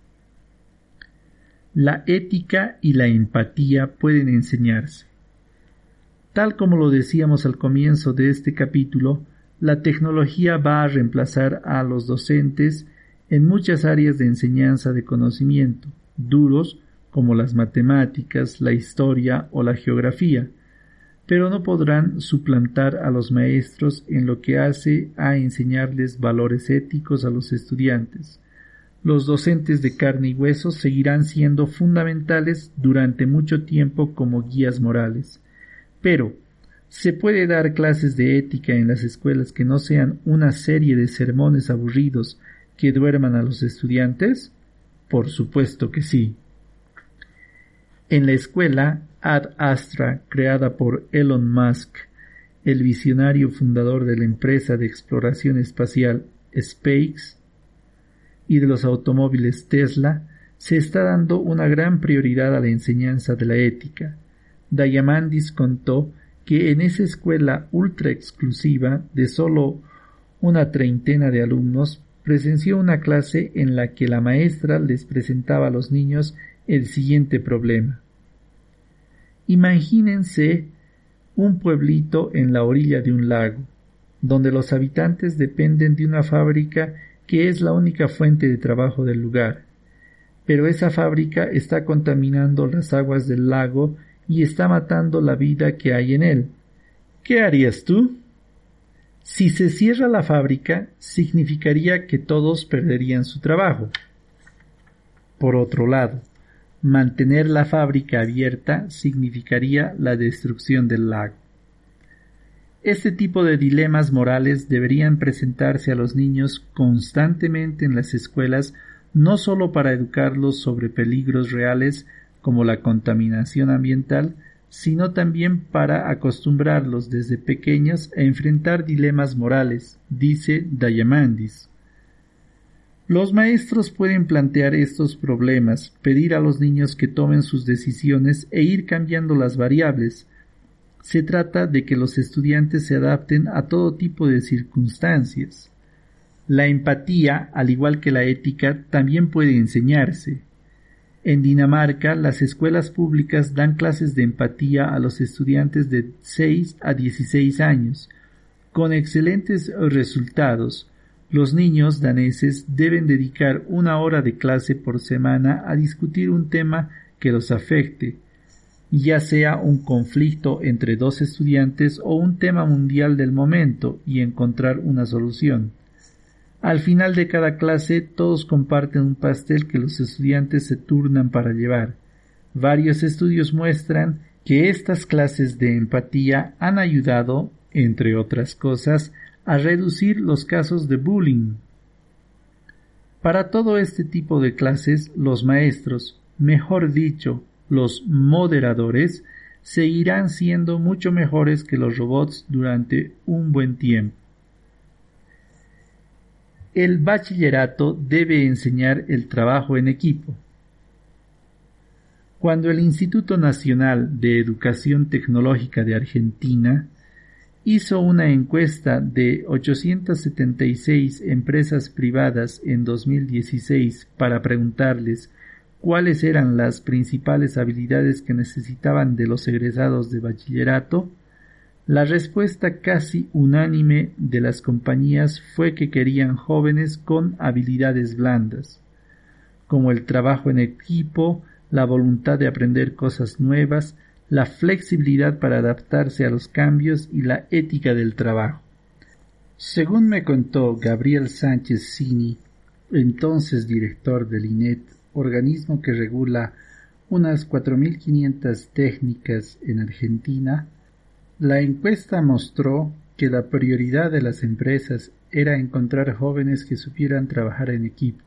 S1: La ética y la empatía pueden enseñarse. Tal como lo decíamos al comienzo de este capítulo, la tecnología va a reemplazar a los docentes en muchas áreas de enseñanza de conocimiento, duros como las matemáticas, la historia o la geografía, pero no podrán suplantar a los maestros en lo que hace a enseñarles valores éticos a los estudiantes. Los docentes de carne y hueso seguirán siendo fundamentales durante mucho tiempo como guías morales, pero ¿se puede dar clases de ética en las escuelas que no sean una serie de sermones aburridos que duerman a los estudiantes? Por supuesto que sí. En la escuela Ad Astra, creada por Elon Musk, el visionario fundador de la empresa de exploración espacial SpaceX y de los automóviles Tesla, se está dando una gran prioridad a la enseñanza de la ética. Diamandis contó que en esa escuela ultra exclusiva de solo una treintena de alumnos presenció una clase en la que la maestra les presentaba a los niños el siguiente problema. Imagínense un pueblito en la orilla de un lago, donde los habitantes dependen de una fábrica que es la única fuente de trabajo del lugar, pero esa fábrica está contaminando las aguas del lago y está matando la vida que hay en él. ¿Qué harías tú? Si se cierra la fábrica, significaría que todos perderían su trabajo. Por otro lado, mantener la fábrica abierta significaría la destrucción del lago. Este tipo de dilemas morales deberían presentarse a los niños constantemente en las escuelas, no solo para educarlos sobre peligros reales como la contaminación ambiental, sino también para acostumbrarlos desde pequeños a enfrentar dilemas morales, dice Diamandis. Los maestros pueden plantear estos problemas, pedir a los niños que tomen sus decisiones e ir cambiando las variables. Se trata de que los estudiantes se adapten a todo tipo de circunstancias. La empatía, al igual que la ética, también puede enseñarse. En Dinamarca, las escuelas públicas dan clases de empatía a los estudiantes de seis a dieciséis años, con excelentes resultados. Los niños daneses deben dedicar una hora de clase por semana a discutir un tema que los afecte. ya sea un conflicto entre dos estudiantes o un tema mundial del momento, y encontrar una solución. Al final de cada clase todos comparten un pastel que los estudiantes se turnan para llevar. Varios estudios muestran que estas clases de empatía han ayudado, entre otras cosas, a reducir los casos de bullying. Para todo este tipo de clases, los maestros, mejor dicho, los moderadores, seguirán siendo mucho mejores que los robots durante un buen tiempo. El bachillerato debe enseñar el trabajo en equipo. Cuando el Instituto Nacional de Educación Tecnológica de Argentina hizo una encuesta de ochocientas setenta y seis empresas privadas en dos mil dieciséis para preguntarles cuáles eran las principales habilidades que necesitaban de los egresados de bachillerato, la respuesta casi unánime de las compañías fue que querían jóvenes con habilidades blandas, como el trabajo en equipo, la voluntad de aprender cosas nuevas, la flexibilidad para adaptarse a los cambios y la ética del trabajo. Según me contó Gabriel Sánchez Cini, entonces director del I N E T, organismo que regula unas cuatro mil quinientas técnicas en Argentina, la encuesta mostró que la prioridad de las empresas era encontrar jóvenes que supieran trabajar en equipo.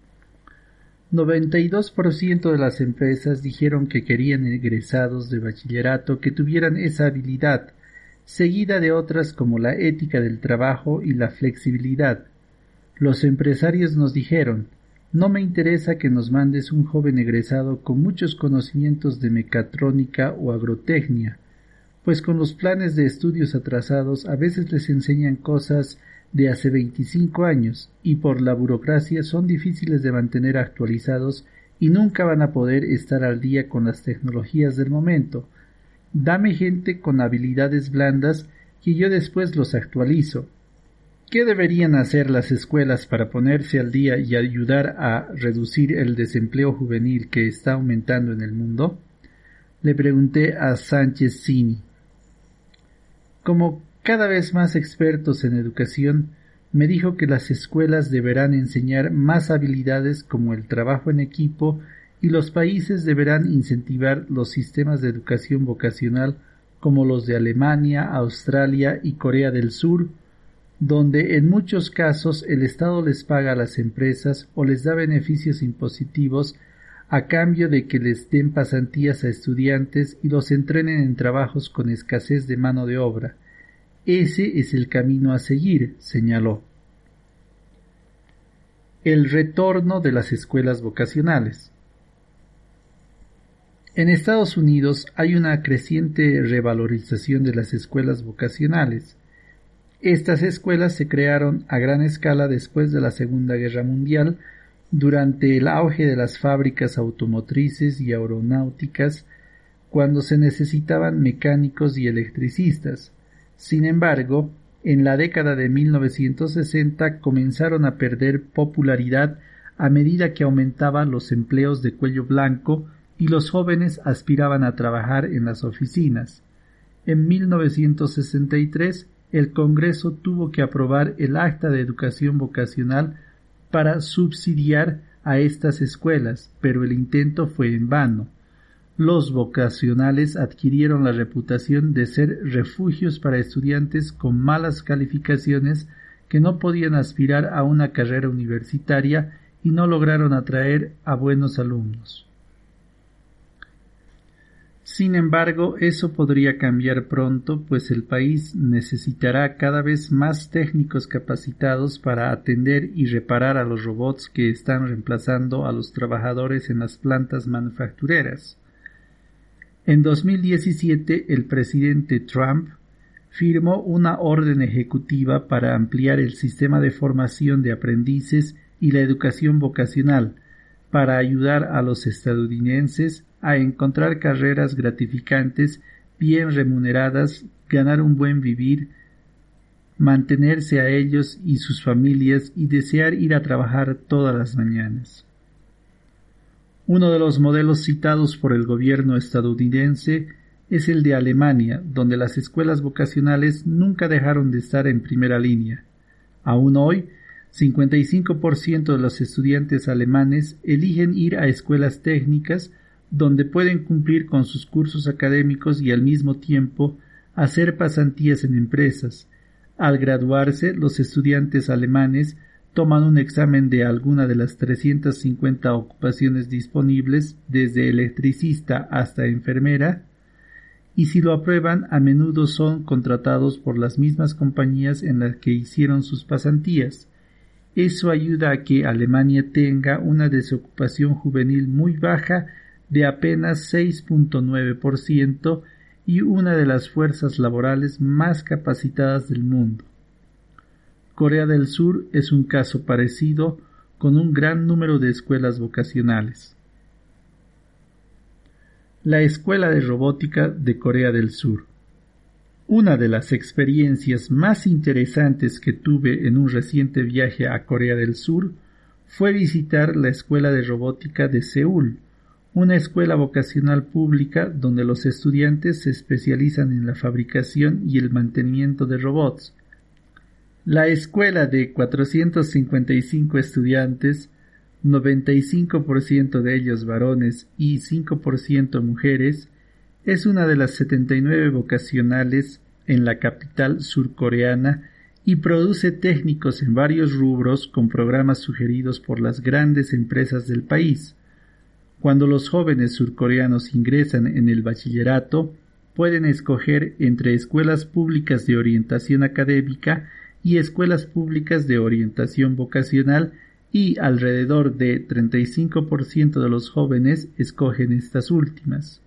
S1: noventa y dos por ciento de las empresas dijeron que querían egresados de bachillerato que tuvieran esa habilidad, seguida de otras como la ética del trabajo y la flexibilidad. Los empresarios nos dijeron: no me interesa que nos mandes un joven egresado con muchos conocimientos de mecatrónica o agrotecnia, pues con los planes de estudios atrasados a veces les enseñan cosas de hace veinticinco años y por la burocracia son difíciles de mantener actualizados y nunca van a poder estar al día con las tecnologías del momento. Dame gente con habilidades blandas que yo después los actualizo. ¿Qué deberían hacer las escuelas para ponerse al día y ayudar a reducir el desempleo juvenil que está aumentando en el mundo? Le pregunté a Sánchez Cini. Como cada vez más expertos en educación, me dijo que las escuelas deberán enseñar más habilidades como el trabajo en equipo y los países deberán incentivar los sistemas de educación vocacional como los de Alemania, Australia y Corea del Sur, donde en muchos casos el Estado les paga a las empresas o les da beneficios impositivos a cambio de que les den pasantías a estudiantes y los entrenen en trabajos con escasez de mano de obra. Ese es el camino a seguir, señaló. El retorno de las escuelas vocacionales. En Estados Unidos hay una creciente revalorización de las escuelas vocacionales. Estas escuelas se crearon a gran escala después de la Segunda Guerra Mundial, durante el auge de las fábricas automotrices y aeronáuticas, cuando se necesitaban mecánicos y electricistas. Sin embargo, en la década de mil novecientos sesenta comenzaron a perder popularidad a medida que aumentaban los empleos de cuello blanco y los jóvenes aspiraban a trabajar en las oficinas. En mil novecientos sesenta y tres, el Congreso tuvo que aprobar el Acta de Educación Vocacional para subsidiar a estas escuelas, pero el intento fue en vano. Los vocacionales adquirieron la reputación de ser refugios para estudiantes con malas calificaciones que no podían aspirar a una carrera universitaria y no lograron atraer a buenos alumnos. Sin embargo, eso podría cambiar pronto, pues el país necesitará cada vez más técnicos capacitados para atender y reparar a los robots que están reemplazando a los trabajadores en las plantas manufactureras. En dos mil diecisiete, el presidente Trump firmó una orden ejecutiva para ampliar el sistema de formación de aprendices y la educación vocacional, para ayudar a los estadounidenses a encontrar carreras gratificantes, bien remuneradas, ganar un buen vivir, mantenerse a ellos y sus familias y desear ir a trabajar todas las mañanas. Uno de los modelos citados por el gobierno estadounidense es el de Alemania, donde las escuelas vocacionales nunca dejaron de estar en primera línea. Aún hoy, cincuenta y cinco por ciento de los estudiantes alemanes eligen ir a escuelas técnicas donde pueden cumplir con sus cursos académicos y al mismo tiempo hacer pasantías en empresas. Al graduarse, los estudiantes alemanes toman un examen de alguna de las trescientas cincuenta ocupaciones disponibles, desde electricista hasta enfermera, y si lo aprueban, a menudo son contratados por las mismas compañías en las que hicieron sus pasantías. Eso ayuda a que Alemania tenga una desocupación juvenil muy baja de apenas seis punto nueve por ciento y una de las fuerzas laborales más capacitadas del mundo. Corea del Sur es un caso parecido, con un gran número de escuelas vocacionales. La Escuela de Robótica de Corea del Sur. Una de las experiencias más interesantes que tuve en un reciente viaje a Corea del Sur fue visitar la Escuela de Robótica de Seúl, una escuela vocacional pública donde los estudiantes se especializan en la fabricación y el mantenimiento de robots. La escuela, de cuatrocientos cincuenta y cinco estudiantes, noventa y cinco por ciento de ellos varones y cinco por ciento mujeres, es una de las setenta y nueve vocacionales en la capital surcoreana y produce técnicos en varios rubros con programas sugeridos por las grandes empresas del país. Cuando los jóvenes surcoreanos ingresan en el bachillerato, pueden escoger entre escuelas públicas de orientación académica y escuelas públicas de orientación vocacional, y alrededor de treinta y cinco por ciento de los jóvenes escogen estas últimas.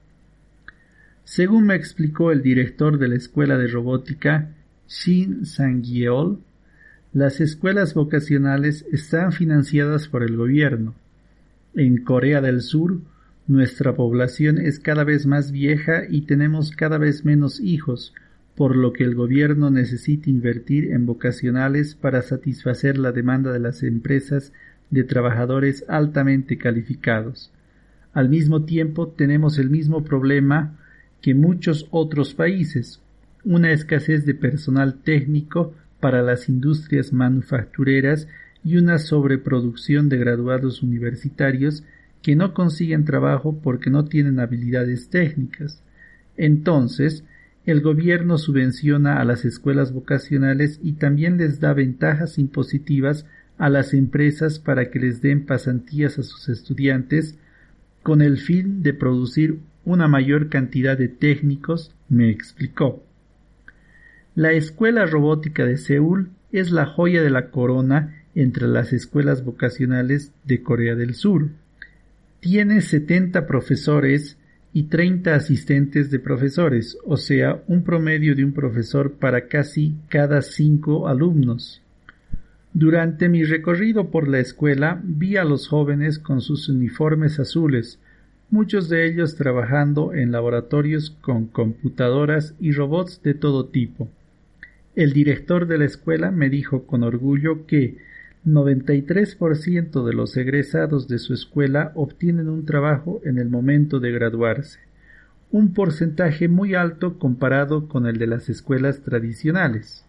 S1: Según me explicó el director de la Escuela de Robótica, Shin Sang-yeol, las escuelas vocacionales están financiadas por el gobierno. En Corea del Sur, nuestra población es cada vez más vieja y tenemos cada vez menos hijos, por lo que el gobierno necesita invertir en vocacionales para satisfacer la demanda de las empresas de trabajadores altamente calificados. Al mismo tiempo, tenemos el mismo problema que muchos otros países, una escasez de personal técnico para las industrias manufactureras y una sobreproducción de graduados universitarios que no consiguen trabajo porque no tienen habilidades técnicas. Entonces, el gobierno subvenciona a las escuelas vocacionales y también les da ventajas impositivas a las empresas para que les den pasantías a sus estudiantes con el fin de producir una mayor cantidad de técnicos, me explicó. La Escuela Robótica de Seúl es la joya de la corona entre las escuelas vocacionales de Corea del Sur. Tiene setenta profesores y treinta asistentes de profesores, o sea, un promedio de un profesor para casi cada cinco alumnos. Durante mi recorrido por la escuela vi a los jóvenes con sus uniformes azules, muchos de ellos trabajando en laboratorios con computadoras y robots de todo tipo. El director de la escuela me dijo con orgullo que noventa y tres por ciento de los egresados de su escuela obtienen un trabajo en el momento de graduarse, un porcentaje muy alto comparado con el de las escuelas tradicionales.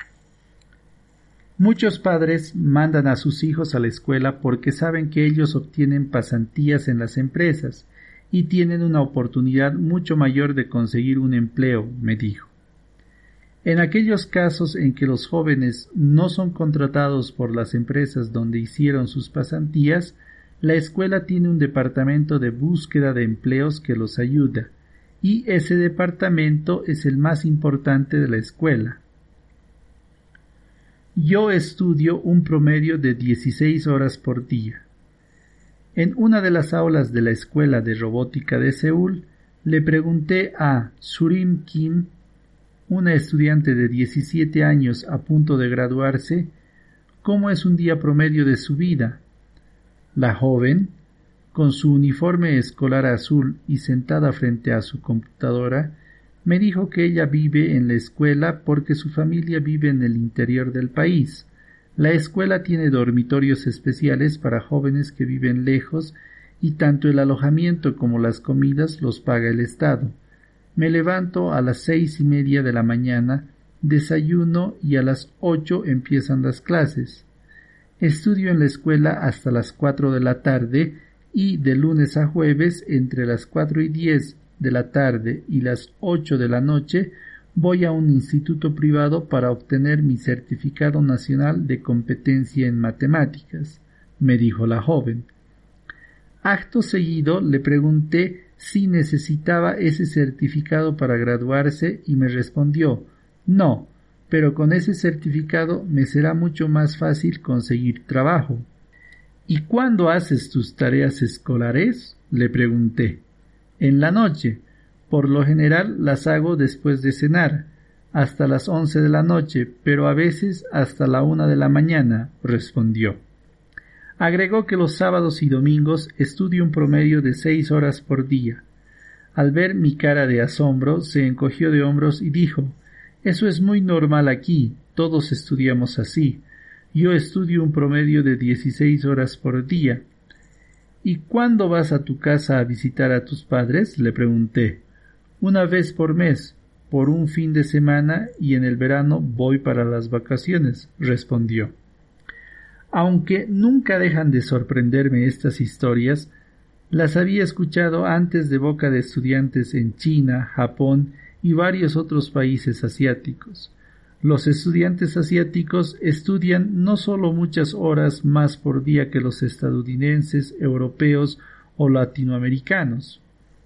S1: Muchos padres mandan a sus hijos a la escuela porque saben que ellos obtienen pasantías en las empresas y tienen una oportunidad mucho mayor de conseguir un empleo, me dijo. En aquellos casos en que los jóvenes no son contratados por las empresas donde hicieron sus pasantías, la escuela tiene un departamento de búsqueda de empleos que los ayuda, y ese departamento es el más importante de la escuela. Yo estudio un promedio de dieciséis horas por día. En una de las aulas de la Escuela de Robótica de Seúl, le pregunté a Surim Kim, una estudiante de diecisiete años a punto de graduarse, cómo es un día promedio de su vida. La joven, con su uniforme escolar azul y sentada frente a su computadora, me dijo que ella vive en la escuela porque su familia vive en el interior del país. La escuela tiene dormitorios especiales para jóvenes que viven lejos y tanto el alojamiento como las comidas los paga el Estado. Me levanto a las seis y media de la mañana, desayuno y a las ocho empiezan las clases. Estudio en la escuela hasta las cuatro de la tarde y de lunes a jueves entre las cuatro y diez de la tarde y las ocho de la noche voy a un instituto privado para obtener mi certificado nacional de competencia en matemáticas, me dijo la joven. Acto seguido le pregunté si necesitaba ese certificado para graduarse y me respondió, no, pero con ese certificado me será mucho más fácil conseguir trabajo. ¿Y cuándo haces tus tareas escolares?, le pregunté. En la noche. Por lo general las hago después de cenar, hasta las once de la noche, pero a veces hasta la una de la mañana, respondió. Agregó que los sábados y domingos estudio un promedio de seis horas por día. Al ver mi cara de asombro, se encogió de hombros y dijo, «Eso es muy normal aquí, todos estudiamos así. Yo estudio un promedio de dieciséis horas por día». «¿Y cuándo vas a tu casa a visitar a tus padres?», le pregunté. «Una vez por mes, por un fin de semana y en el verano voy para las vacaciones», respondió. Aunque nunca dejan de sorprenderme estas historias, las había escuchado antes de boca de estudiantes en China, Japón y varios otros países asiáticos. Los estudiantes asiáticos estudian no solo muchas horas más por día que los estadounidenses, europeos o latinoamericanos,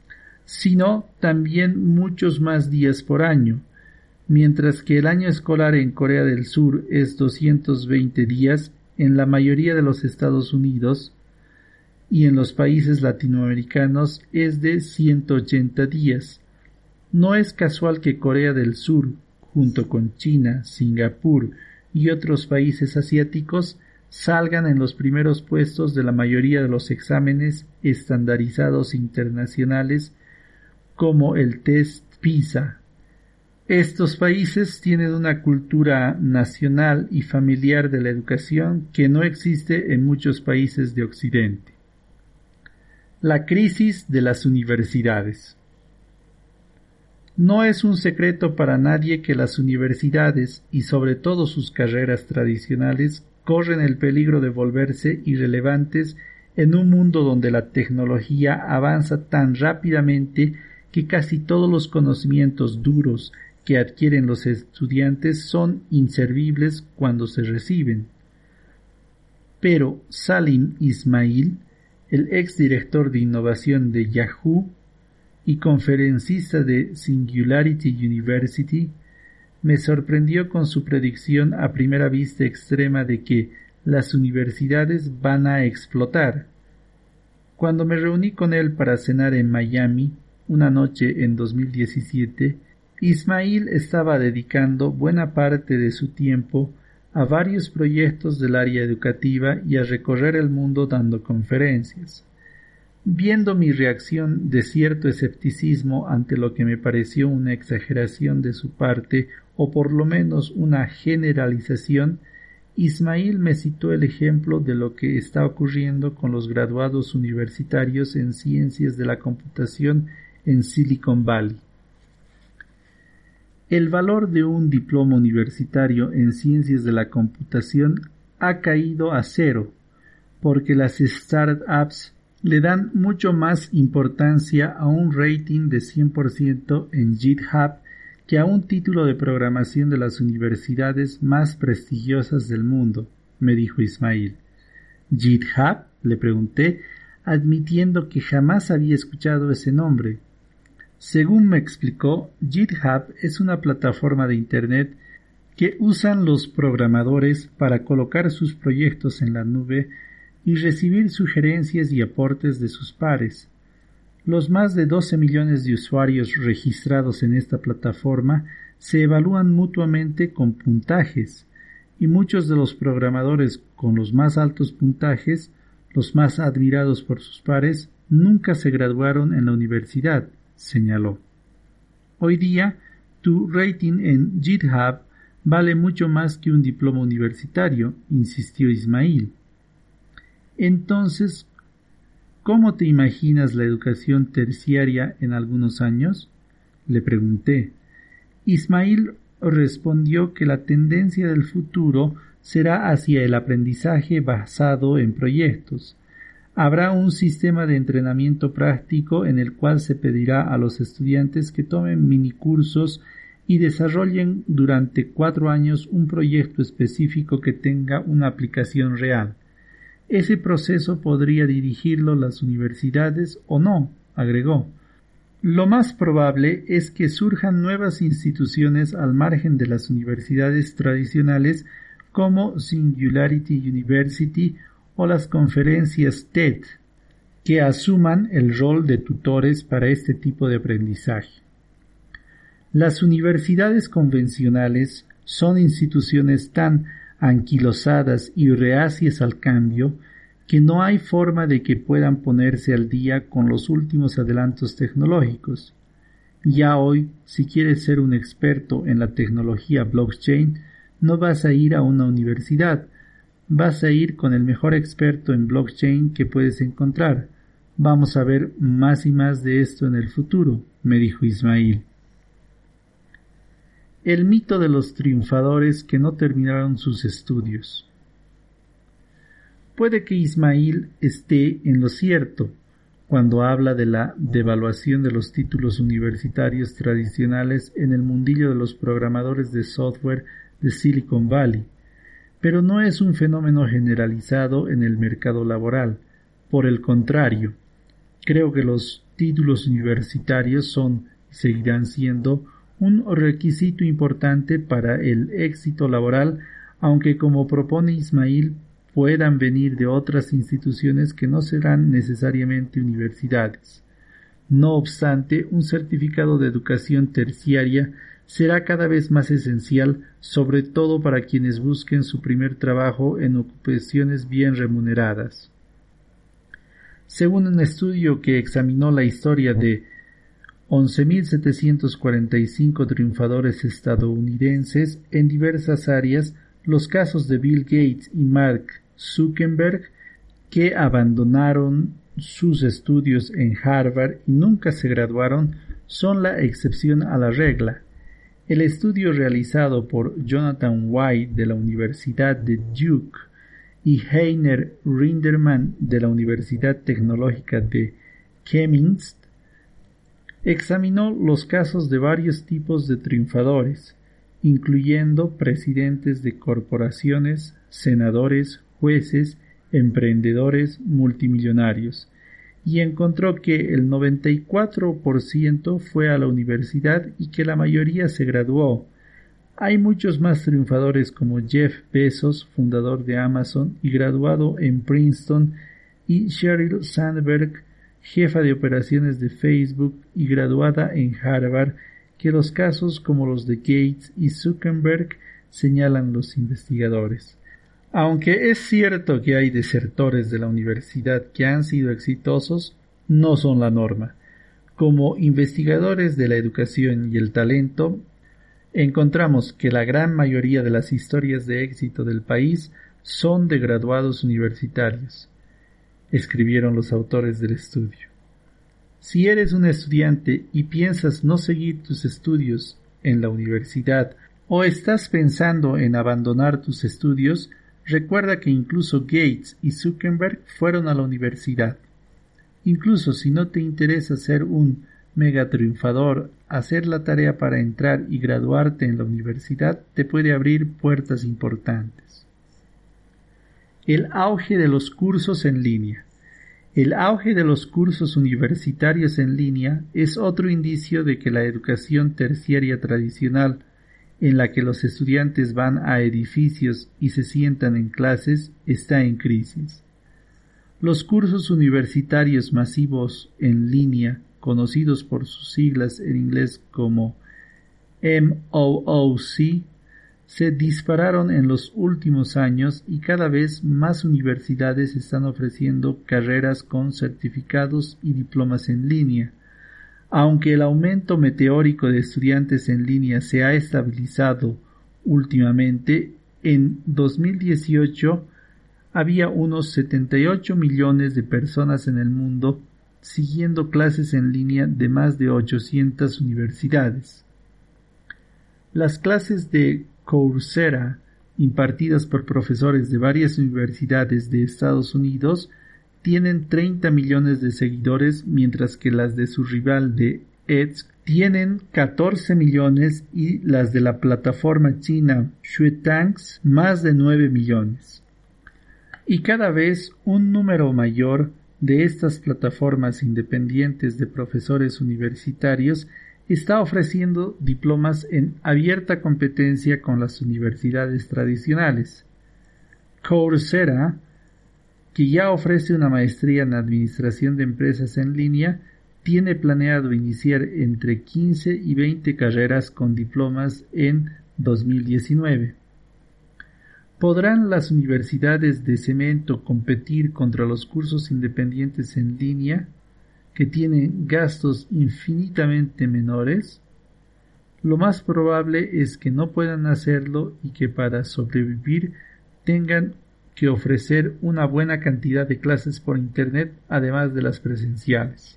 S1: sino también muchos más días por año. Mientras que el año escolar en Corea del Sur es doscientos veinte días, en la mayoría de los Estados Unidos y en los países latinoamericanos es de ciento ochenta días. No es casual que Corea del Sur, junto con China, Singapur y otros países asiáticos, salgan en los primeros puestos de la mayoría de los exámenes estandarizados internacionales como el test PISA. Estos países tienen una cultura nacional y familiar de la educación que no existe en muchos países de Occidente. La crisis de las universidades. No es un secreto para nadie que las universidades, y sobre todo sus carreras tradicionales, corren el peligro de volverse irrelevantes en un mundo donde la tecnología avanza tan rápidamente que casi todos los conocimientos duros que adquieren los estudiantes son inservibles cuando se reciben. Pero Salim Ismail, el exdirector de innovación de Yahoo y conferencista de Singularity University, me sorprendió con su predicción a primera vista extrema de que las universidades van a explotar. Cuando me reuní con él para cenar en Miami, una noche en dos mil diecisiete, Ismail estaba dedicando buena parte de su tiempo a varios proyectos del área educativa y a recorrer el mundo dando conferencias. Viendo mi reacción de cierto escepticismo ante lo que me pareció una exageración de su parte o por lo menos una generalización, Ismail me citó el ejemplo de lo que está ocurriendo con los graduados universitarios en ciencias de la computación en Silicon Valley. El valor de un diploma universitario en ciencias de la computación ha caído a cero, porque las startups le dan mucho más importancia a un rating de cien por ciento en GitHub que a un título de programación de las universidades más prestigiosas del mundo, me dijo Ismail. ¿GitHub?, le pregunté, admitiendo que jamás había escuchado ese nombre. Según me explicó, GitHub es una plataforma de Internet que usan los programadores para colocar sus proyectos en la nube y recibir sugerencias y aportes de sus pares. Los más de doce millones de usuarios registrados en esta plataforma se evalúan mutuamente con puntajes, y muchos de los programadores con los más altos puntajes, los más admirados por sus pares, nunca se graduaron en la universidad, señaló. Hoy día, tu rating en GitHub vale mucho más que un diploma universitario, insistió Ismail. Entonces, ¿Cómo te imaginas la educación terciaria en algunos años?, le pregunté. Ismail respondió que la tendencia del futuro será hacia el aprendizaje basado en proyectos. Habrá un sistema de entrenamiento práctico en el cual se pedirá a los estudiantes que tomen minicursos y desarrollen durante cuatro años un proyecto específico que tenga una aplicación real. Ese proceso podría dirigirlo las universidades o no, agregó. Lo más probable es que surjan nuevas instituciones al margen de las universidades tradicionales como Singularity University o las conferencias TED, que asuman el rol de tutores para este tipo de aprendizaje. Las universidades convencionales son instituciones tan anquilosadas y reacias al cambio que no hay forma de que puedan ponerse al día con los últimos adelantos tecnológicos. Ya hoy, si quieres ser un experto en la tecnología blockchain, no vas a ir a una universidad, vas a ir con el mejor experto en blockchain que puedes encontrar. Vamos a ver más y más de esto en el futuro, me dijo Ismail. El mito de los triunfadores que no terminaron sus estudios. Puede que Ismail esté en lo cierto cuando habla de la devaluación de los títulos universitarios tradicionales en el mundillo de los programadores de software de Silicon Valley, pero no es un fenómeno generalizado en el mercado laboral. Por el contrario, creo que los títulos universitarios son y seguirán siendo un requisito importante para el éxito laboral, aunque como propone Ismail puedan venir de otras instituciones que no serán necesariamente universidades. No obstante, un certificado de educación terciaria será cada vez más esencial, sobre todo para quienes busquen su primer trabajo en ocupaciones bien remuneradas. Según un estudio que examinó la historia de once mil setecientos cuarenta y cinco triunfadores estadounidenses en diversas áreas, los casos de Bill Gates y Mark Zuckerberg, que abandonaron sus estudios en Harvard y nunca se graduaron, son la excepción a la regla. El estudio realizado por Jonathan White de la Universidad de Duke y Heiner Rinderman de la Universidad Tecnológica de Chemnitz examinó los casos de varios tipos de triunfadores, incluyendo presidentes de corporaciones, senadores, jueces, emprendedores, multimillonarios, y encontró que el noventa y cuatro por ciento fue a la universidad y que la mayoría se graduó. Hay muchos más triunfadores como Jeff Bezos, fundador de Amazon y graduado en Princeton, y Sheryl Sandberg, jefa de operaciones de Facebook y graduada en Harvard, que los casos como los de Gates y Zuckerberg señalan los investigadores. Aunque es cierto que hay desertores de la universidad que han sido exitosos, no son la norma. Como investigadores de la educación y el talento, encontramos que la gran mayoría de las historias de éxito del país son de graduados universitarios, escribieron los autores del estudio. Si eres un estudiante y piensas no seguir tus estudios en la universidad o estás pensando en abandonar tus estudios, recuerda que incluso Gates y Zuckerberg fueron a la universidad. Incluso si no te interesa ser un mega triunfador, hacer la tarea para entrar y graduarte en la universidad te puede abrir puertas importantes. El auge de los cursos en línea. El auge de los cursos universitarios en línea es otro indicio de que la educación terciaria tradicional, en la que los estudiantes van a edificios y se sientan en clases, está en crisis. Los cursos universitarios masivos en línea, conocidos por sus siglas en inglés como M O O C, se dispararon en los últimos años y cada vez más universidades están ofreciendo carreras con certificados y diplomas en línea. Aunque el aumento meteórico de estudiantes en línea se ha estabilizado últimamente, en dos mil dieciocho había unos setenta y ocho millones de personas en el mundo siguiendo clases en línea de más de ochocientas universidades. Las clases de Coursera, impartidas por profesores de varias universidades de Estados Unidos, tienen treinta millones de seguidores, mientras que las de su rival de edX tienen catorce millones y las de la plataforma china Xuetangs más de nueve millones. Y cada vez un número mayor de estas plataformas independientes de profesores universitarios está ofreciendo diplomas en abierta competencia con las universidades tradicionales. Coursera, que ya ofrece una maestría en administración de empresas en línea, tiene planeado iniciar entre quince y veinte carreras con diplomas en dos mil diecinueve. ¿Podrán las universidades de cemento competir contra los cursos independientes en línea, que tienen gastos infinitamente menores? Lo más probable es que no puedan hacerlo y que para sobrevivir tengan que ofrecer una buena cantidad de clases por Internet, además de las presenciales.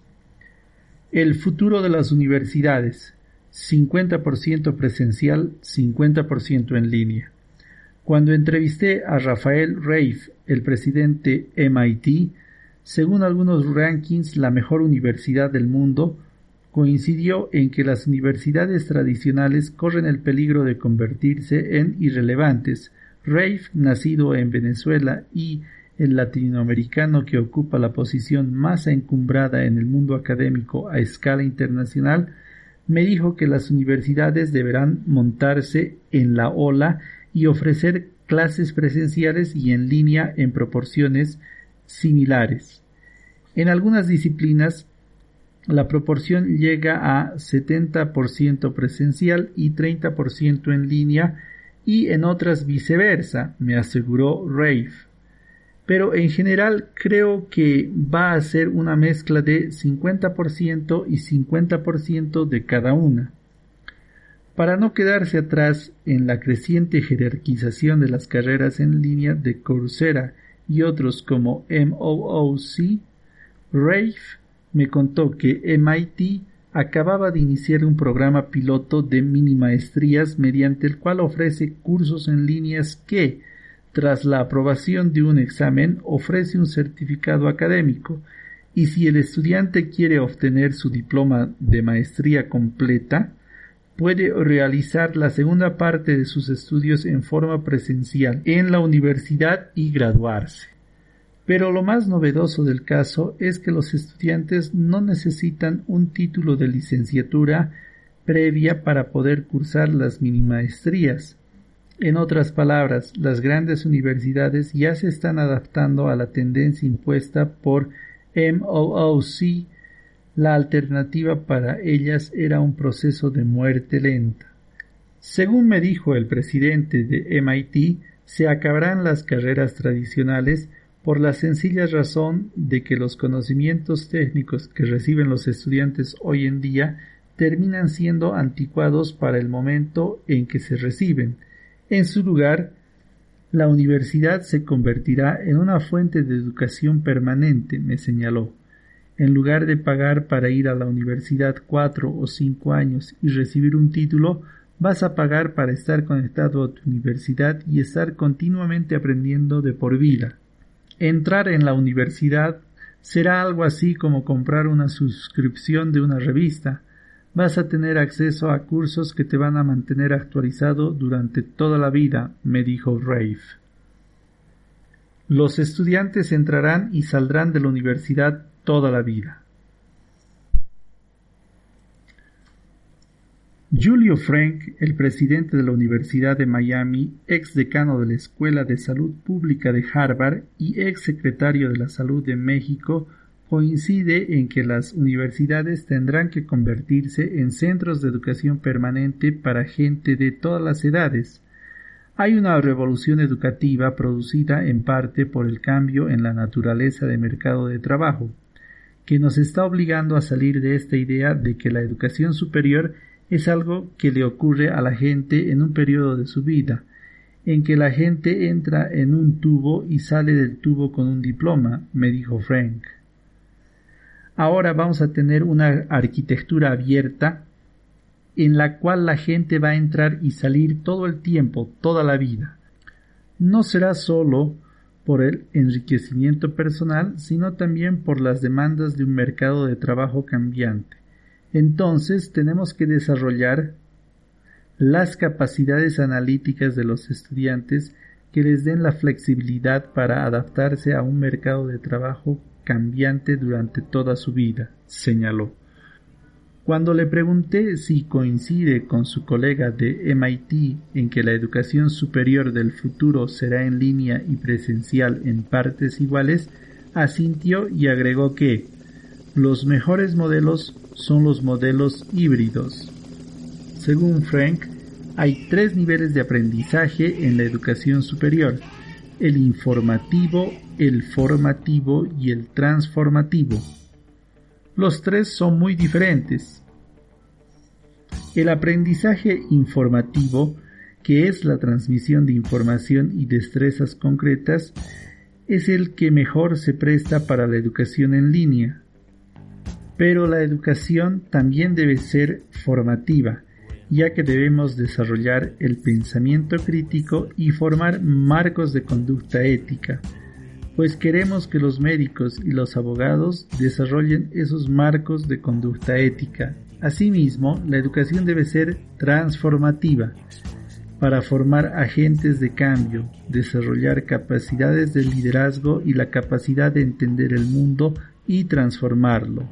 S1: El futuro de las universidades: cincuenta por ciento presencial, cincuenta por ciento en línea. Cuando entrevisté a Rafael Reif, el presidente M I T, según algunos rankings la mejor universidad del mundo, coincidió en que las universidades tradicionales corren el peligro de convertirse en irrelevantes. Reif, nacido en Venezuela y el latinoamericano que ocupa la posición más encumbrada en el mundo académico a escala internacional, me dijo que las universidades deberán montarse en la ola y ofrecer clases presenciales y en línea en proporciones similares. En algunas disciplinas, la proporción llega a setenta por ciento presencial y treinta por ciento en línea, y en otras viceversa, me aseguró Reif. Pero en general creo que va a ser una mezcla de cincuenta por ciento y cincuenta por ciento de cada una. Para no quedarse atrás en la creciente jerarquización de las carreras en línea de Coursera y otros como M O O C, Reif me contó que M I T acababa de iniciar un programa piloto de mini maestrías mediante el cual ofrece cursos en líneas que, tras la aprobación de un examen, ofrece un certificado académico, y si el estudiante quiere obtener su diploma de maestría completa, puede realizar la segunda parte de sus estudios en forma presencial en la universidad y graduarse. Pero lo más novedoso del caso es que los estudiantes no necesitan un título de licenciatura previa para poder cursar las minimaestrías. En otras palabras, las grandes universidades ya se están adaptando a la tendencia impuesta por M O O C. La alternativa para ellas era un proceso de muerte lenta. Según me dijo el presidente de M I T, se acabarán las carreras tradicionales por la sencilla razón de que los conocimientos técnicos que reciben los estudiantes hoy en día terminan siendo anticuados para el momento en que se reciben. En su lugar, la universidad se convertirá en una fuente de educación permanente, me señaló. En lugar de pagar para ir a la universidad cuatro o cinco años y recibir un título, vas a pagar para estar conectado a tu universidad y estar continuamente aprendiendo de por vida. Entrar en la universidad será algo así como comprar una suscripción de una revista. Vas a tener acceso a cursos que te van a mantener actualizado durante toda la vida, me dijo Reif. Los estudiantes entrarán y saldrán de la universidad toda la vida. Julio Frenk, el presidente de la Universidad de Miami, ex decano de la Escuela de Salud Pública de Harvard y ex secretario de la Salud de México, coincide en que las universidades tendrán que convertirse en centros de educación permanente para gente de todas las edades. Hay una revolución educativa producida en parte por el cambio en la naturaleza del mercado de trabajo, que nos está obligando a salir de esta idea de que la educación superior es algo que le ocurre a la gente en un periodo de su vida. en que la gente entra en un tubo y sale del tubo con un diploma, me dijo Frank. Ahora vamos a tener una arquitectura abierta en la cual la gente va a entrar y salir todo el tiempo, toda la vida. No será solo por el enriquecimiento personal, sino también por las demandas de un mercado de trabajo cambiante. Entonces tenemos que desarrollar las capacidades analíticas de los estudiantes que les den la flexibilidad para adaptarse a un mercado de trabajo cambiante durante toda su vida, señaló. Cuando le pregunté si coincide con su colega de M I T en que la educación superior del futuro será en línea y presencial en partes iguales, asintió y agregó que los mejores modelos son los modelos híbridos. Según Frank, hay tres niveles de aprendizaje en la educación superior: el informativo, el formativo y el transformativo. Los tres son muy diferentes. El aprendizaje informativo, que es la transmisión de información y destrezas concretas, es el que mejor se presta para la educación en línea. Pero la educación también debe ser formativa, ya que debemos desarrollar el pensamiento crítico y formar marcos de conducta ética, pues queremos que los médicos y los abogados desarrollen esos marcos de conducta ética. Asimismo, la educación debe ser transformativa, para formar agentes de cambio, desarrollar capacidades de liderazgo y la capacidad de entender el mundo y transformarlo.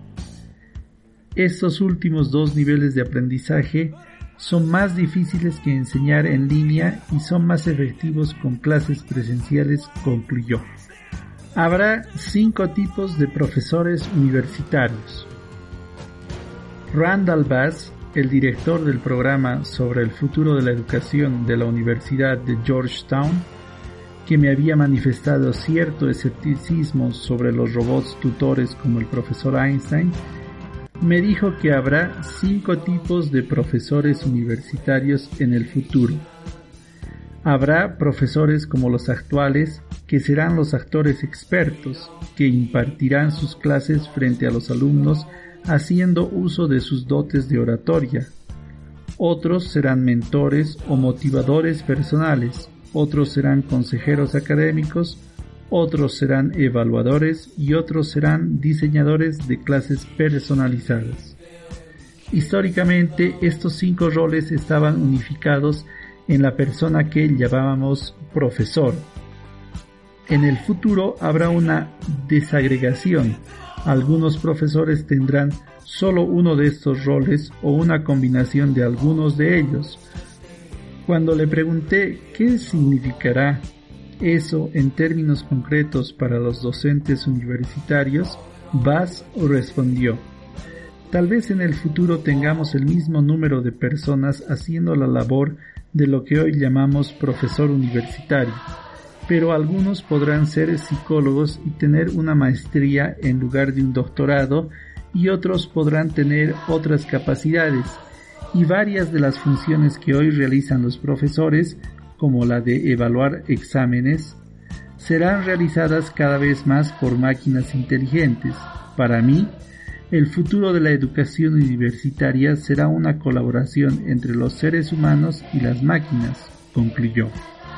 S1: Estos últimos dos niveles de aprendizaje son más difíciles que enseñar en línea y son más efectivos con clases presenciales, concluyó. Habrá cinco tipos de profesores universitarios. Randall Bass, el director del programa sobre el futuro de la educación de la Universidad de Georgetown, que me había manifestado cierto escepticismo sobre los robots tutores como el profesor Einstein, me dijo que habrá cinco tipos de profesores universitarios en el futuro. Habrá profesores como los actuales, que serán los actores expertos, que impartirán sus clases frente a los alumnos haciendo uso de sus dotes de oratoria. Otros serán mentores o motivadores personales, otros serán consejeros académicos, otros serán evaluadores y otros serán diseñadores de clases personalizadas. Históricamente, estos cinco roles estaban unificados en la persona que llamábamos profesor. En el futuro habrá una desagregación. Algunos profesores tendrán solo uno de estos roles o una combinación de algunos de ellos. Cuando le pregunté qué significará eso en términos concretos para los docentes universitarios, Bass respondió: tal vez en el futuro tengamos el mismo número de personas haciendo la labor de lo que hoy llamamos profesor universitario, pero algunos podrán ser psicólogos y tener una maestría en lugar de un doctorado, y otros podrán tener otras capacidades, y varias de las funciones que hoy realizan los profesores, como la de evaluar exámenes, serán realizadas cada vez más por máquinas inteligentes. Para mí, el futuro de la educación universitaria será una colaboración entre los seres humanos y las máquinas, concluyó.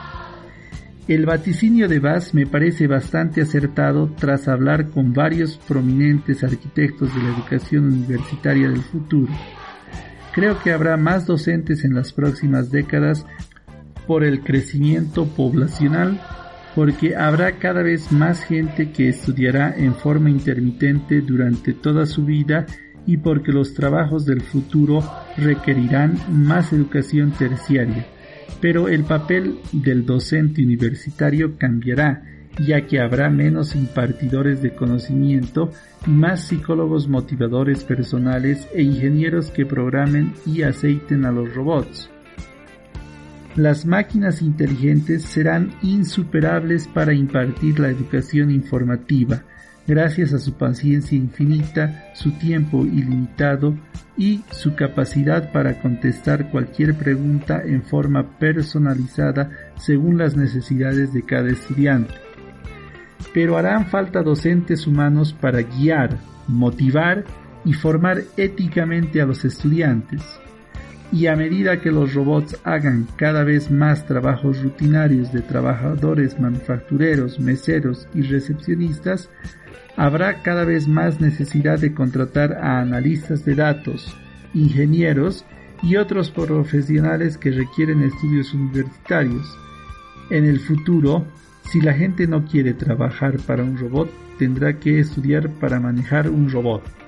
S1: El vaticinio de Bass me parece bastante acertado tras hablar con varios prominentes arquitectos de la educación universitaria del futuro. Creo que habrá más docentes en las próximas décadas por el crecimiento poblacional, porque habrá cada vez más gente que estudiará en forma intermitente durante toda su vida y porque los trabajos del futuro requerirán más educación terciaria. Pero el papel del docente universitario cambiará, ya que habrá menos impartidores de conocimiento y más psicólogos motivadores personales e ingenieros que programen y aceiten a los robots. Las máquinas inteligentes serán insuperables para impartir la educación informativa, gracias a su paciencia infinita, su tiempo ilimitado y su capacidad para contestar cualquier pregunta en forma personalizada según las necesidades de cada estudiante. Pero harán falta docentes humanos para guiar, motivar y formar éticamente a los estudiantes. Y a medida que los robots hagan cada vez más trabajos rutinarios de trabajadores manufactureros, meseros y recepcionistas, habrá cada vez más necesidad de contratar a analistas de datos, ingenieros y otros profesionales que requieren estudios universitarios. En el futuro, si la gente no quiere trabajar para un robot, tendrá que estudiar para manejar un robot.